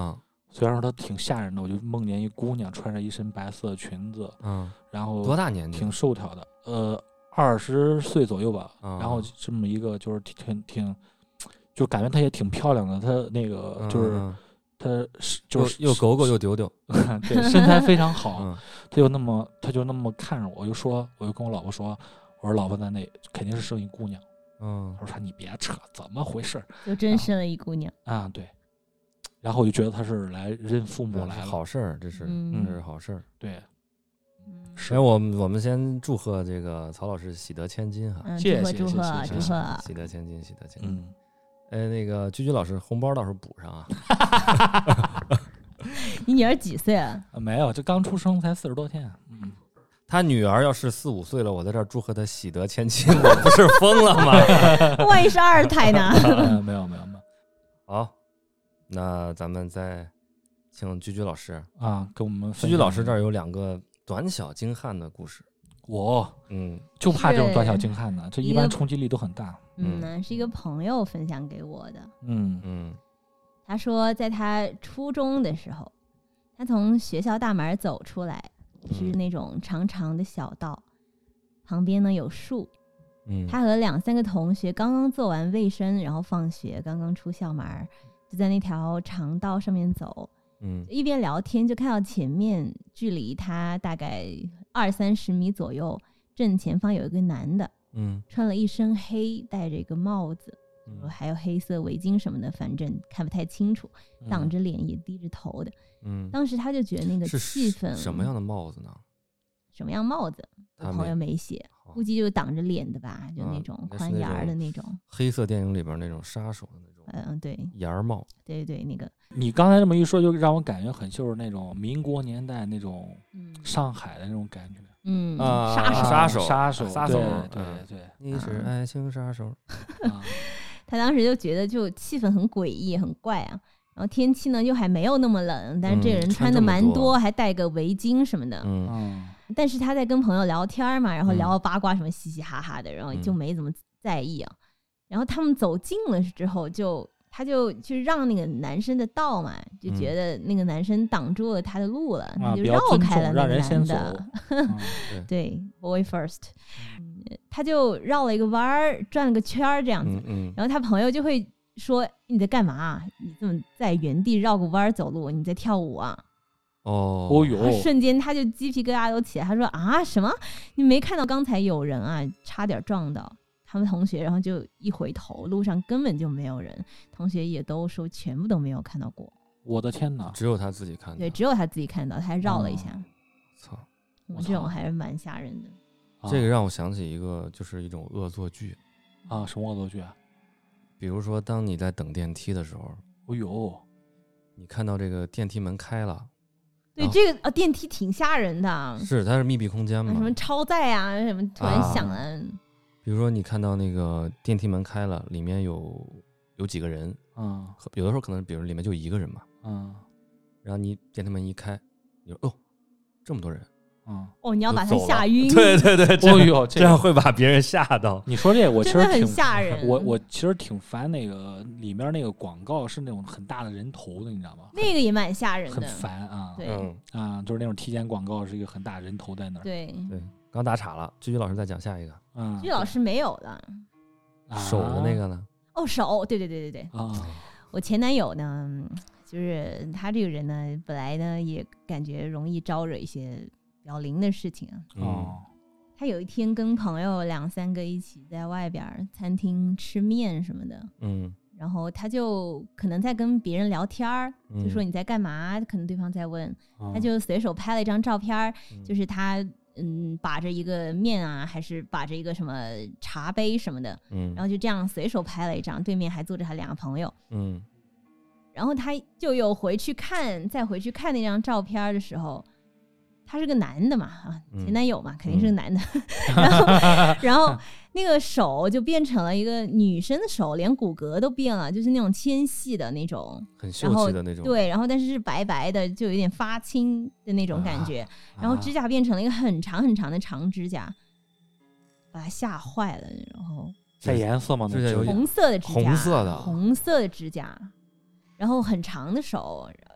虽然说她挺吓人的，我就梦见一姑娘穿着一身白色裙子， 嗯， 然后多大年纪？ 挺瘦条的，呃，二十岁左右吧。 嗯、 然后这么一个就是挺挺，就感觉她也挺漂亮的。她那个就是、 嗯、 她是就是又狗狗又丢丢， 对，身材非常好。 嗯、 她就那么她就那么看着我，我就说我就跟我老婆说，我说老婆咱那肯定是生一姑娘。 嗯， 她说你别扯，怎么回事？ 就真生了一姑娘啊，对。然后我就觉得他是来认父母来了， 好事儿，这是， 嗯， 这是好事儿。 对， 是。 哎，我们我们先祝贺这个曹老师喜得千金哈， 嗯、 谢谢祝贺祝贺祝贺， 喜得千金，喜得千金。 嗯， 哎，那个居居老师，红包到时候补上啊。 你女儿几岁啊？ 没有，这刚出生才四十多天。嗯， 他女儿要是四五岁了，我在这儿祝贺他喜得千金，我不是疯了吗？ 万一是二胎呢？ 呃、没有没有没有。 好。那咱们再请居居老师啊，跟我们居居老师这儿有两个短小精悍的故事。 我嗯， 就怕这种短小精悍的，这一般冲击力都很大。 嗯，是一个朋友分享给我的。 嗯嗯， 他说在他初中的时候，他从学校大门走出来，是那种长长的小道，旁边呢有树。 嗯， 他和两三个同学刚刚做完卫生，然后放学，刚刚出校门。就在那条长道上面走， 嗯， 一边聊天就看到前面距离他大概二三十米左右，正前方有一个男的， 嗯， 穿了一身黑，戴着一个帽子， 嗯、 还有黑色围巾什么的，反正看不太清楚，挡着脸也低着头的。 嗯， 当时他就觉得那个气氛， 什么样的帽子呢？ 什么样帽子？我朋友没写，估计就是挡着脸的吧，就那种宽檐的那种。 嗯、黑色电影里边那种杀手的那种。 嗯，对， 檐帽， 对对，那个。 你刚才这么一说，就让我感觉很就是那种民国年代那种上海的那种感觉。 嗯啊， 杀手， 杀手， 杀手， 杀手， 对对对， 你是爱情杀手。 啊、 他当时就觉得就气氛很诡异，很怪啊。然后天气呢又还没有那么冷，但是这个人穿的蛮多， 嗯、 还戴个围巾什么的。 嗯， 但是他在跟朋友聊天嘛，然后聊八卦什么嘻嘻哈哈的，然后就没怎么在意啊。然后他们走近了之后就，他就去让那个男生的道嘛，就觉得那个男生挡住了他的路了， 嗯、 他就绕开了那个男的。 嗯、 对 ，boy first，、嗯、他就绕了一个弯儿，转了个圈儿这样子。 嗯嗯、 然后他朋友就会说：“你在干嘛？你怎么在原地绕个弯儿走路？你在跳舞啊？” 哦， 哦哟！ 瞬间他就鸡皮疙瘩都起来。他说：“啊，什么？你没看到刚才有人啊，差点撞到。”他们同学，然后就一回头，路上根本就没有人，同学也都说全部都没有看到过。 我的天哪！ 只有他自己看到。 对，只有他自己看到，他还绕了一下。 操、 哦！这种还是蛮吓人的。 这个让我想起一个，就是一种恶作剧啊，什么恶作剧啊？ 比如说，当你在等电梯的时候， 哦呦， 你看到这个电梯门开了。 对，这个啊，电梯挺吓人的。 是，它是密闭空间嘛？ 啊、什么超载啊，什么突然响了。啊比如说，你看到那个电梯门开了，里面有有几个人， 嗯， 有的时候可能，比如里面就一个人嘛， 嗯， 然后你电梯门一开，你说哦，这么多人， 嗯， 哦，你要把他吓晕， 对对对， 哦呦， 这样会把别人吓到。 你说这个，我其实挺很吓人， 我我其实挺烦那个里面那个广告是那种很大的人头的，你知道吗？ 那个也蛮吓人的， 很烦啊， 对、 嗯、 啊，就是那种体检广告是一个很大人头在那儿， 对对。刚打岔了，居居老师再讲下一个。 嗯， 居居老师没有了， 手的那个呢？ 哦，手，对对对对对。 啊， 我前男友呢，就是他这个人呢，本来呢也感觉容易招惹一些比较灵的事情啊。 哦。 他有一天跟朋友两三个一起在外边餐厅吃面什么的， 嗯， 然后他就可能在跟别人聊天儿， 嗯、 就说你在干嘛？可能对方在问， 嗯、 他就随手拍了一张照片， 嗯、 就是他。嗯，把着一个面啊，还是把着一个什么茶杯什么的， 嗯， 然后就这样随手拍了一张，对面还坐着他两个朋友， 嗯， 然后他就有回去看，再回去看那张照片的时候，他是个男的嘛，啊，前男友嘛， 嗯、 肯定是个男的，嗯、然后，然后那个手就变成了一个女生的手，连骨骼都变了，就是那种纤细的那种， 很秀气的那种， 对，然后但是是白白的，就有点发青的那种感觉，啊、然后指甲变成了一个很长很长的长指甲，把他吓坏了，然后带颜色吗？ 那有红色的指甲， 红色的， 红色的指甲，然后很长的手。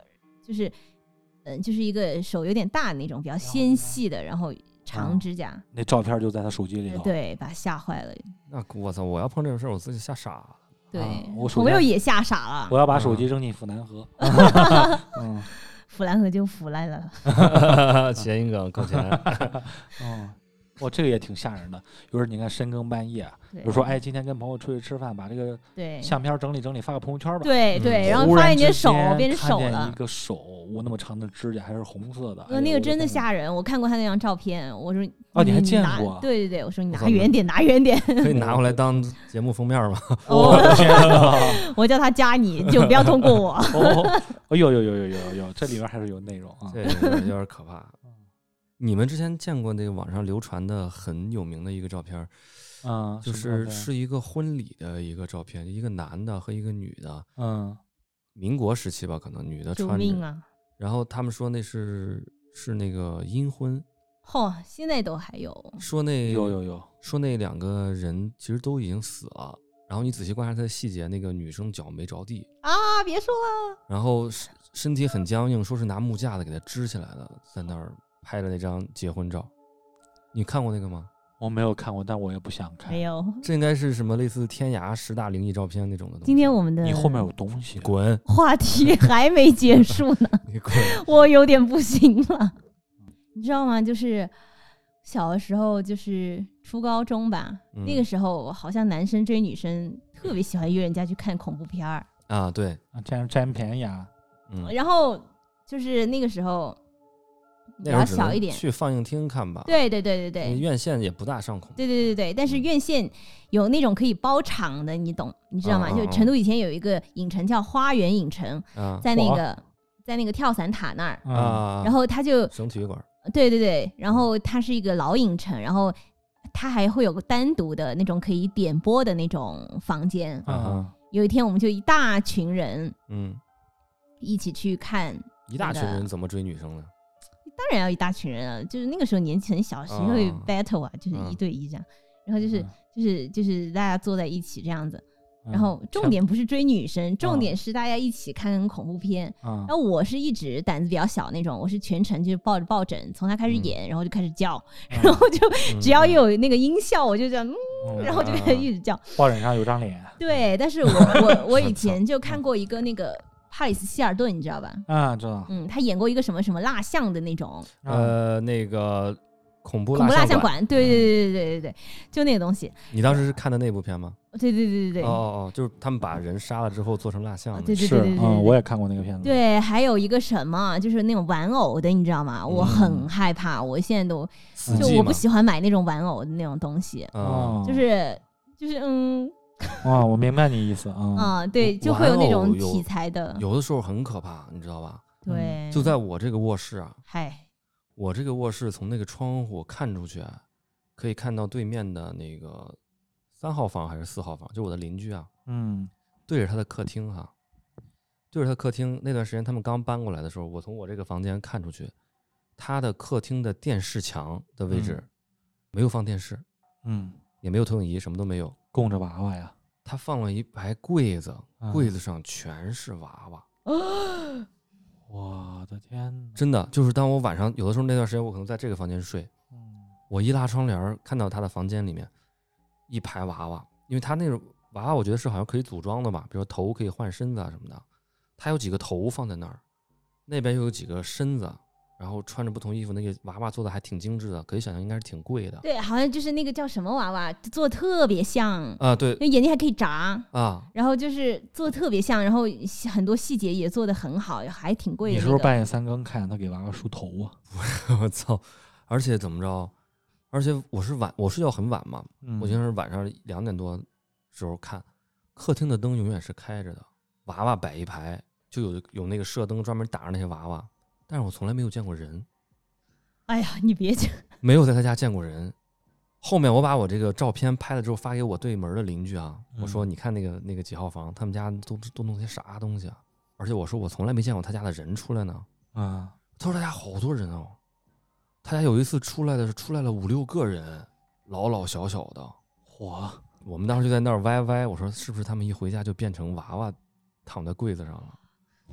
就是嗯、呃，就是一个手有点大的那种比较纤细的，然后长指甲。 啊、那照片就在他手机里头。 对，把他吓坏了。 那我操！我要碰这种事儿，我自己吓傻了。 对， 啊、 我我又也吓傻了。 我要把手机扔进府南河。 嗯，腐烂河就腐烂了。 谐音梗扣钱。 嗯，哇，这个也挺吓人的。有时候你看深更半夜、啊，比如说哎，今天跟朋友出去吃饭，把这个相片整理整理，发个朋友圈吧。 对对， 嗯、 然后发现你的手变成手了， 看见一个手，我那么长的指甲还是红色的。 呃，那个真的吓人，我看过他那张照片，我说哦，你还见过？ 对对对，我说你拿远点，拿远点。 可以拿回来当节目封面吗？ 我我叫他加你，就不要通过我。 哦，哦呦呦呦呦呦呦，这里边还是有内容啊， 这有点可怕。你们之前见过那个网上流传的很有名的一个照片， 嗯， 就是是一个婚礼的一个照片，一个男的和一个女的， 嗯， 民国时期吧，可能女的穿着， 啊、 然后他们说那是是那个阴婚， 嚯、哦，现在都还有， 说那有有有， 说那两个人其实都已经死了，然后你仔细观察他的细节，那个女生脚没着地啊，别说了， 然后身体很僵硬，说是拿木架子给他支起来的，在那儿拍的那张结婚照，你看过那个吗？ 我没有看过，但我也不想看。 没有， 这应该是什么类似天涯十大灵异照片那种的东西。 今天我们的你后面有东西， 滚！ 话题还没结束呢， 你滚！ 我有点不行了，你知道吗？就是小的时候，就是初高中吧，嗯、那个时候好像男生追女生特别喜欢约人家去看恐怖片儿啊，对， 这样占便宜啊。 嗯， 然后就是那个时候。比较小一点， 去放映厅看吧。 对对对对对， 院线也不大上恐。 对对对对，但是院线有那种可以包场的，你懂，你知道吗？ 哦、 就成都以前有一个影城叫花园影城， 啊、 在那个在那个跳伞塔那儿啊， 然后它就省体育馆。 对对对，然后它是一个老影城，然后它还会有个单独的那种可以点播的那种房间。 啊， 有一天我们就一大群人， 嗯， 一起去看、那個。 一大群人怎么追女生呢？ 当然要一大群人了，就是那个时候年纪很小，谁会 battle 啊？哦、就是一对一这样，嗯、然后就是、嗯、就是就是大家坐在一起这样子，嗯、然后重点不是追女生，嗯、重点是大家一起看恐怖片。嗯、然后我是一直胆子比较小那种，我是全程就是抱着抱枕，从他开始演，嗯、然后就开始叫，嗯、然后就只要有那个音效，我就这样，嗯，然后就开始一直叫。 抱枕上有张脸。 对，但是我我我以前就看过一个那个。帕里斯希尔顿，你知道吧？ 啊，知道。 嗯，他演过一个什么什么蜡像的那种， 呃，那个恐怖恐怖蜡像馆， 对对对对对对对，就那个东西。 你当时是看的那部片吗？ 对对对对对。 哦哦，就是他们把人杀了之后做成蜡像的。 对对对对对， 嗯，我也看过那个片子。 对，还有一个什么，就是那种玩偶的，你知道吗？我很害怕，我现在都就我不喜欢买那种玩偶的那种东西，就是就是嗯。 哦，我明白你意思啊。 啊，对，就会有那种题材的， 有的时候很可怕，你知道吧？ 对， 就在我这个卧室啊， 嗨， 我这个卧室从那个窗户看出去，可以看到对面的那个三号房还是四号房，就我的邻居啊， 嗯， 对着他的客厅哈，对着他客厅那段时间他们刚搬过来的时候，我从我这个房间看出去，他的客厅的电视墙的位置、嗯、没有放电视， 嗯， 也没有投影仪，什么都没有。 供着娃娃呀， 他放了一排柜子，嗯、柜子上全是娃娃。 啊、我的天哪！ 真的就是当我晚上有的时候那段时间，我可能在这个房间睡， 嗯、 我一拉窗帘看到他的房间里面一排娃娃，因为他那种娃娃我觉得是好像可以组装的吧，比如说头可以换身子啊什么的，他有几个头放在那儿，那边又有几个身子。然后穿着不同衣服，那个娃娃做的还挺精致的，可以想象应该是挺贵的。 对，好像就是那个叫什么娃娃，做的特别像啊，对， 那眼睛还可以眨啊， 然后就是做的特别像，然后很多细节也做的很好，还挺贵的、那个。 你是不是半夜三更看他给娃娃梳头啊？ 我操！而且怎么着？而且我是晚，我睡觉很晚嘛， 嗯、 我经常是晚上两点多时候看，客厅的灯永远是开着的，娃娃摆一排，就有有那个射灯专门打着那些娃娃。但是我从来没有见过人。 哎呀，你别讲， 没有在他家见过人。后面我把我这个照片拍了之后发给我对门的邻居啊， 嗯、 我说你看那个那个几号房，他们家都都弄些啥东西啊？而且我说我从来没见过他家的人出来呢。 啊， 他说他家好多人哦，他家有一次出来的是出来了五六个人，老老小小的。 嚯！ 我们当时就在那儿歪歪，我说是不是他们一回家就变成娃娃躺在柜子上了？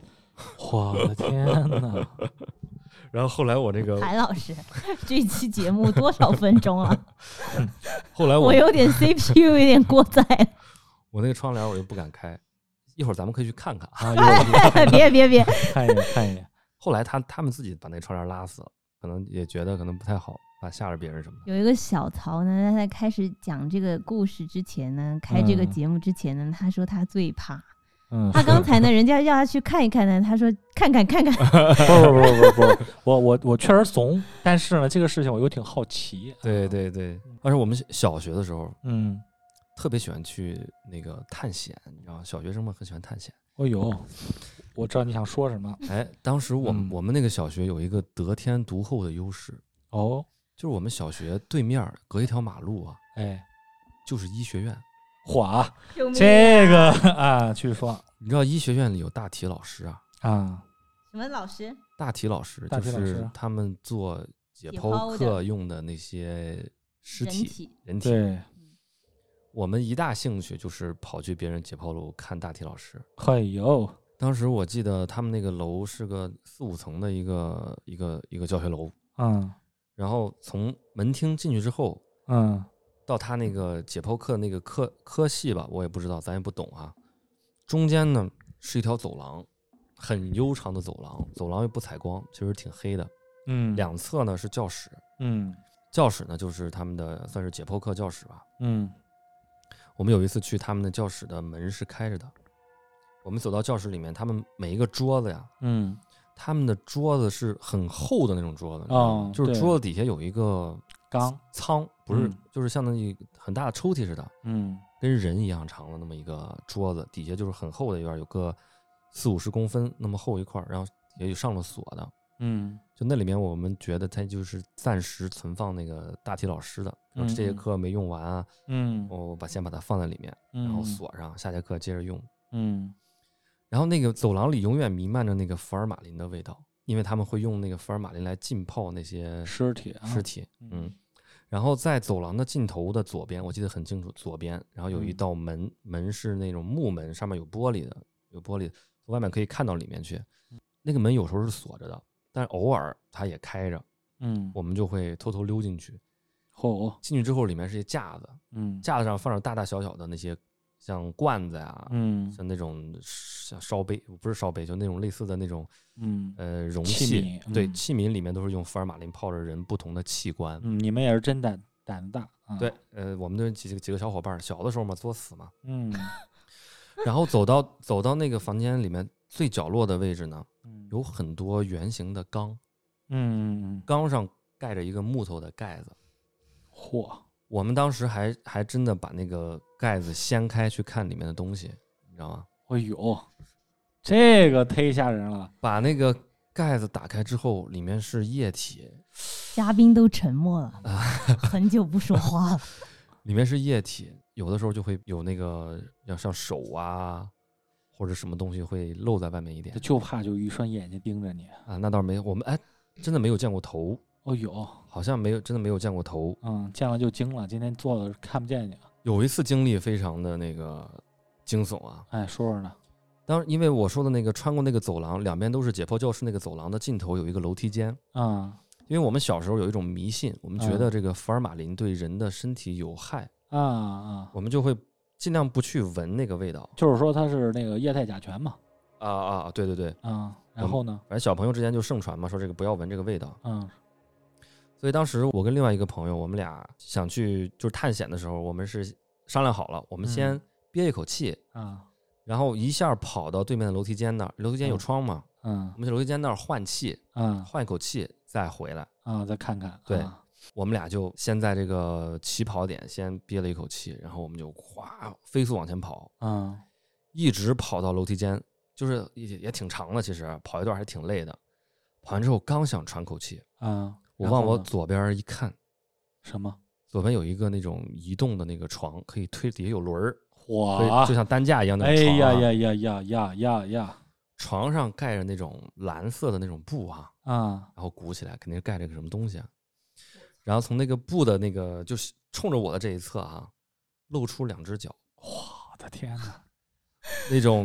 我的天哪！ 然后后来我这个韩老师，这期节目多少分钟了？ 后来我我有点 C P U 有点过载了。 我那个窗帘我就不敢开，一会儿咱们可以去看看啊！有别别别， 看一眼看一眼。 后来他他们自己把那个窗帘拉死了，可能也觉得可能不太好，怕吓着别人什么的。 有一个小曹呢，他在开始讲这个故事之前呢，开这个节目之前呢，嗯、他说他最怕。 嗯， 他刚才呢，人家要他去看一看呢，他说看看看看。 不不不不不，我我我确实怂，但是呢，这个事情我又挺好奇。 对对对，而且我们小学的时候， 嗯， 特别喜欢去那个探险，你知道吗？小学生们很喜欢探险。 哦呦，我知道你想说什么。 哎，当时我们、 嗯、 我们那个小学有一个得天独厚的优势哦， 就是我们小学对面隔一条马路啊， 哎， 就是医学院。 嚯，这个啊，继续说。 你知道医学院里有大体老师啊？ 啊， 什么老师？ 大体老师大体老师就是他们做解剖课用的那些尸体、人体。 对， 我们一大兴趣就是跑去别人解剖楼看大体老师。 哎呦， 当时我记得他们那个楼是个四五层的一个一个一个教学楼， 嗯， 然后从门厅进去之后， 嗯。 到他那个解剖课那个科科系吧，我也不知道，咱也不懂啊。中间呢是一条走廊，很悠长的走廊，走廊又不采光，其实挺黑的。 嗯， 两侧呢是教室， 嗯， 教室呢就是他们的算是解剖课教室吧。 嗯， 我们有一次去他们的教室的门是开着的，我们走到教室里面，他们每一个桌子呀， 嗯， 他们的桌子是很厚的那种桌子， 哦， 就是桌子底下有一个缸仓，不是、 嗯， 就是像那一很大的抽屉似的， 嗯， 跟人一样长的那么一个桌子，底下就是很厚的一段，有个四五十公分那么厚一块，然后也有上了锁的， 嗯， 就那里面我们觉得它就是暂时存放那个大体老师的， 嗯， 这节课没用完啊， 嗯， 我把先把它放在里面， 嗯， 然后锁上，下节课接着用， 嗯， 然后那个走廊里永远弥漫着那个福尔马林的味道，因为他们会用那个福尔马林来浸泡那些尸体，啊、 尸体，嗯。然后在走廊的尽头的左边，我记得很清楚，左边，然后有一道门，嗯、门是那种木门，上面有玻璃的，有玻璃，从外面可以看到里面去。那个门有时候是锁着的，但是偶尔它也开着， 嗯， 我们就会偷偷溜进去。 哦， 进去之后，里面是一架子， 嗯， 架子上放着大大小小的那些像罐子呀， 嗯， 像那种像烧杯，不是烧杯，就那种类似的那种， 嗯， 呃，容器， 器， 嗯、 对，器皿里面都是用福尔马林泡着人不同的器官。 嗯，你们也是真胆胆子大。啊、 对，呃，我们都几几个小伙伴，小的时候嘛，作死嘛， 嗯， 然后走到走到那个房间里面最角落的位置呢， 嗯、 有很多圆形的缸， 嗯， 缸上盖着一个木头的盖子。 嚯！ 我们当时还还真的把那个盖子掀开去看里面的东西，你知道吗？ 哎呦，这个忒吓人了！ 把那个盖子打开之后，里面是液体， 嘉宾都沉默了，很久不说话了。 里面是液体，有的时候就会有那个要像手啊，或者什么东西会露在外面一点， 就怕就一双眼睛盯着你啊。那倒没，我们哎，真的没有见过头。 哦有， 好像没有，真的没有见过头。 嗯，见了就惊了。今天坐了看不见你了。 有一次经历非常的那个惊悚啊！ 哎，说说呢。 当然，因为我说的那个穿过那个走廊，两边都是解剖教室，那个走廊的尽头有一个楼梯间。 啊、嗯， 因为我们小时候有一种迷信，我们觉得这个福尔马林对人的身体有害啊啊， 我们就会尽量不去闻那个味道。 就是说它是那个液态甲醛嘛。 啊啊，对对对。 啊，然后呢？ 反正小朋友之间就盛传嘛，说这个不要闻这个味道。 嗯。 所以当时我跟另外一个朋友，我们俩想去就是探险的时候，我们是商量好了，我们先憋一口气啊、嗯， 然后一下跑到对面的楼梯间那儿，楼梯间有窗嘛， 嗯， 我们去楼梯间那儿换气， 嗯， 换一口气再回来， 啊、嗯，再看看。 对、 嗯， 我们俩就先在这个起跑点先憋了一口气，然后我们就哗飞速往前跑， 嗯， 一直跑到楼梯间，就是也也挺长的，其实跑一段还挺累的。跑完之后刚想喘口气， 嗯。 我往我左边一看， 什么？ 左边有一个那种移动的那个床，可以推，底下有轮儿， 哇， 就像担架一样的床、啊。 哎呀呀呀呀呀呀呀！ 床上盖着那种蓝色的那种布啊， 啊， 然后鼓起来，肯定是盖着个什么东西啊。然后从那个布的那个，就是冲着我的这一侧啊，露出两只脚。 我的天哪！ 那种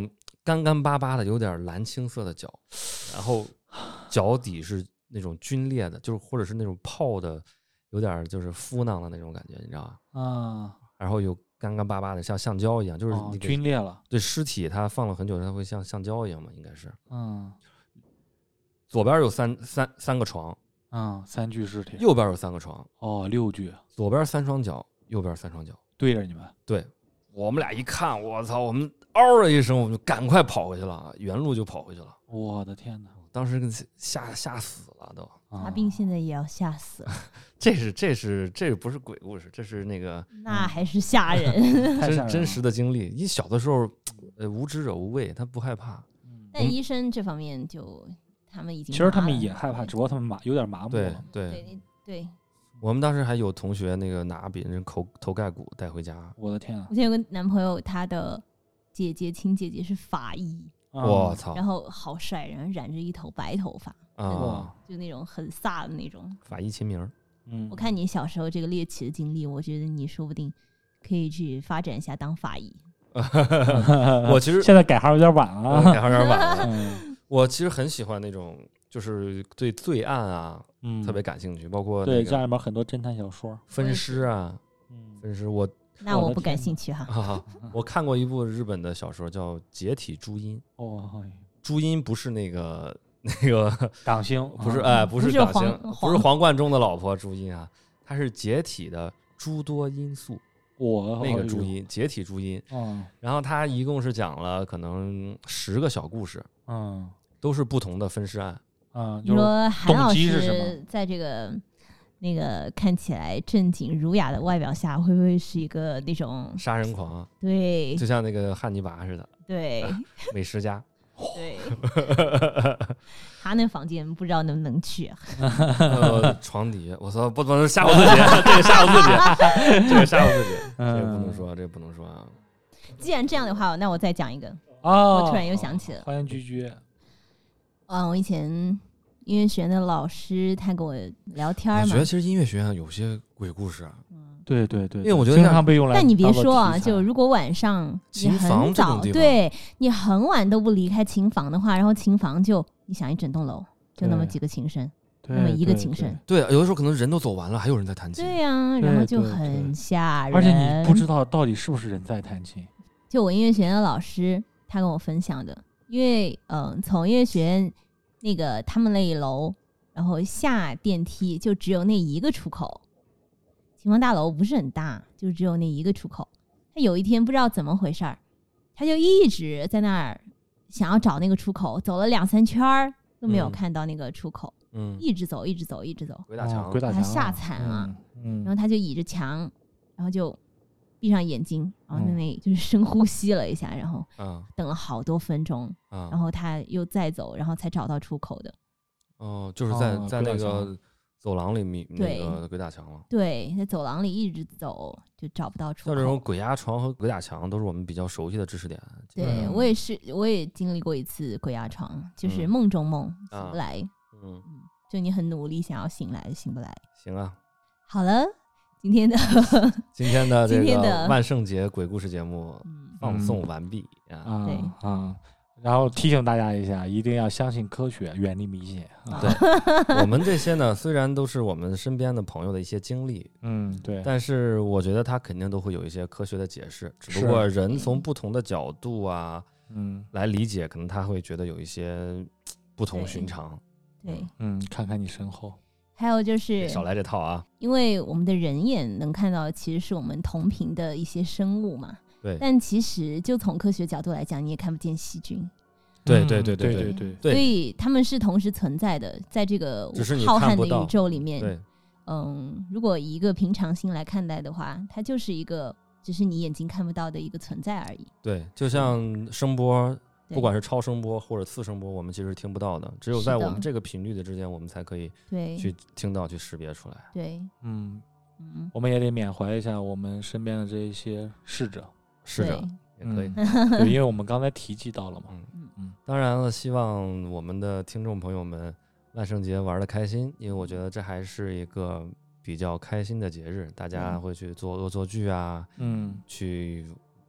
干干巴巴的，有点蓝青色的脚，然后脚底是那种皲裂的，就是或者是那种泡的，有点就是敷囊的那种感觉，你知道吧？ 啊， 然后有干干巴巴的，像橡胶一样，就是哦那个皲裂了。 对尸体它放了很久，它会像橡胶一样嘛，应该是。 嗯左边有三三三个床， 嗯，三具尸体。 右边有三个床， 哦，六具， 左边三双脚，右边三双脚。 对着你们。 对，我们俩一看，我操，我们嗷的一声，我们就赶快跑回去了，原路就跑回去了。 我的天哪！ 当时跟吓吓死了都。 阿斌现在也要吓死了， 这是这是这不是鬼故事，这是那个那还是吓人。 太吓人了真真实的经历。你小的时候，呃，无知者无畏，他不害怕。 嗯但医生这方面就他们已经其实他们麻了也害怕，只不过他们麻有点麻木对了。 对， 对对， 我们当时还有同学那个拿别人头头盖骨带回家。 我的天啊我！现在有个男朋友，他的姐姐亲姐姐是法医， 我操然后好帅，然后染着一头白头发， 啊！ 哇， 就那种很飒的那种。 法医秦明， 嗯， 我看你小时候这个猎奇的经历，我觉得你说不定可以去发展一下当法医。 我其实现在改行有点晚了啊。 改行有点晚了。 嗯我其实很喜欢那种，就是对罪案啊嗯， 特别感兴趣，包括对， 那个家里面很多侦探小说。 分尸啊， 嗯， 分尸我那我不感兴趣哈。 啊，我看过一部日本的小说叫《解体朱茵》， 哦， 朱茵不是那个那个港星不是啊哎不不是是港星， 黄不是黄贯中的老婆朱茵啊，她是解体的诸多因素， 我那个朱，茵，解体朱茵。 嗯然后她一共是讲了可能十个小故事， 嗯都是不同的分尸案。 嗯， 你就是说韩老动机是什师在这个那个看起来正经儒雅的外表下，会不会是一个那种杀人狂， 对就像那个汉尼拔似的对美食家。 对？他那房间不知道能不能去啊？ 呃，床底下，我操，不能吓唬自己，这个吓唬自己，这个吓唬自己，这个不能说，这个不能说啊。 既然这样的话，那我再讲一个。 啊， 我突然又想起了欢迎居居。 嗯，我以前音乐学院的老师他跟我聊天嘛我觉，得其实音乐学院有些鬼故事啊， 嗯， 对对对， 因为我觉得经像常被用来当做题材。 但你别说啊，就如果晚上你琴房很早， 这种地方对你很晚都不离开琴房的话，然后琴房就你想一整栋楼就那么对几个琴声， 对那么一个对琴声， 对，有的时候可能人都走完了，还有人在弹琴。 对呀、 对然后就对很对吓人。 而且你不知道到底是不是人在弹琴。 就我音乐学院的老师他跟我分享的，因为嗯、呃从音乐学院那个他们那一楼，然后下电梯就只有那一个出口，琴房大楼不是很大，就只有那一个出口。他有一天不知道怎么回事儿，他就一直在那儿想要找那个出口，走了两三圈儿都没有嗯看到那个出口， 嗯， 一直走，一直走，一直走。 哦鬼打墙， 鬼打墙啊， 把他吓惨了嗯。 然后他就倚着墙，然后就闭上眼睛，然后在嗯那里就是深呼吸了一下，然后嗯等了好多分钟， 嗯， 然后他又再走，然后才找到出口的。 哦，就是在哦在那鬼打个走廊里面那对个鬼打墙了。 对，在走廊里一直走，就找不到出像这种口。 鬼压床和鬼打墙都是我们比较熟悉的知识点。 对、 嗯我也是，我也经历过一次鬼压床，就是嗯梦中梦醒啊不来， 嗯， 嗯，就你很努力想要醒来，醒不来。 行啊， 好了，今天的今天的这个今天的万圣节鬼故事节目嗯， 放送完毕啊。 啊对啊，然后提醒大家一下，一定要相信科学，远离迷信。啊对，我们这些呢，虽然都是我们身边的朋友的一些经历， 嗯，对， 但是我觉得他肯定都会有一些科学的解释，只不是过人从不同的角度啊嗯来理解，可能他会觉得有一些不同对寻常。 嗯嗯，看看你身后， 还有就是少来这套啊！ 因为我们的人眼能看到，其实是我们同频的一些生物嘛。 对但其实就从科学角度来讲，你也看不见细菌， 嗯对对对对对对对所以它们是同时存在的，在这个只是你浩瀚的看不到宇宙里面。 对， 嗯，如果以一个平常心来看待的话，它就是一个只是你眼睛看不到的一个存在而已。 对，就像声波， 对不管是超声波或者次声波，我们其实听不到的，只有是的在我们这个频率的之间，我们才可以对去听到、去识别出来。 对， 嗯， 嗯， 我们也得缅怀一下我们身边的这一些逝者， 是的对， 也可以。 嗯对，因为我们刚才提及到了嘛。 嗯嗯嗯当然了，希望我们的听众朋友们万圣节玩的开心，因为我觉得这还是一个比较开心的节日，大家嗯会去做恶作剧啊， 嗯去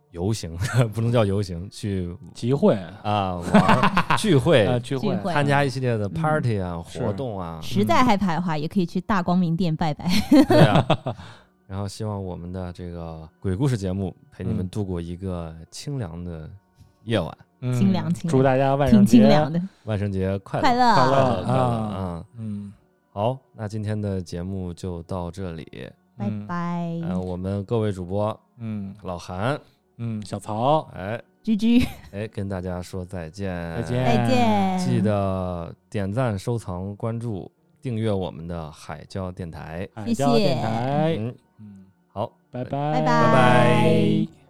游行，不能叫游行，去集会啊玩聚会、 啊聚会， 参加一系列的 party 啊、嗯、活动啊。 实在害怕的话，也可以去大光明殿拜拜。 对啊。然后希望我们的这个鬼故事节目陪你们度过一个清凉的夜晚。 嗯、 清凉清凉， 祝大家万圣节挺清凉的， 万圣节快乐快乐快乐啊！ 嗯， 好，那今天的节目就到这里， 拜拜。 呃，我们各位主播， 嗯， 老韩， 嗯，小曹， 哎， 居居， 哎，跟大家说再见， 再见， 再见， 记得点赞、收藏、关注、订阅我们的海椒电台， 海椒电台， 嗯嗯， 好， 拜拜， 拜拜， 拜拜。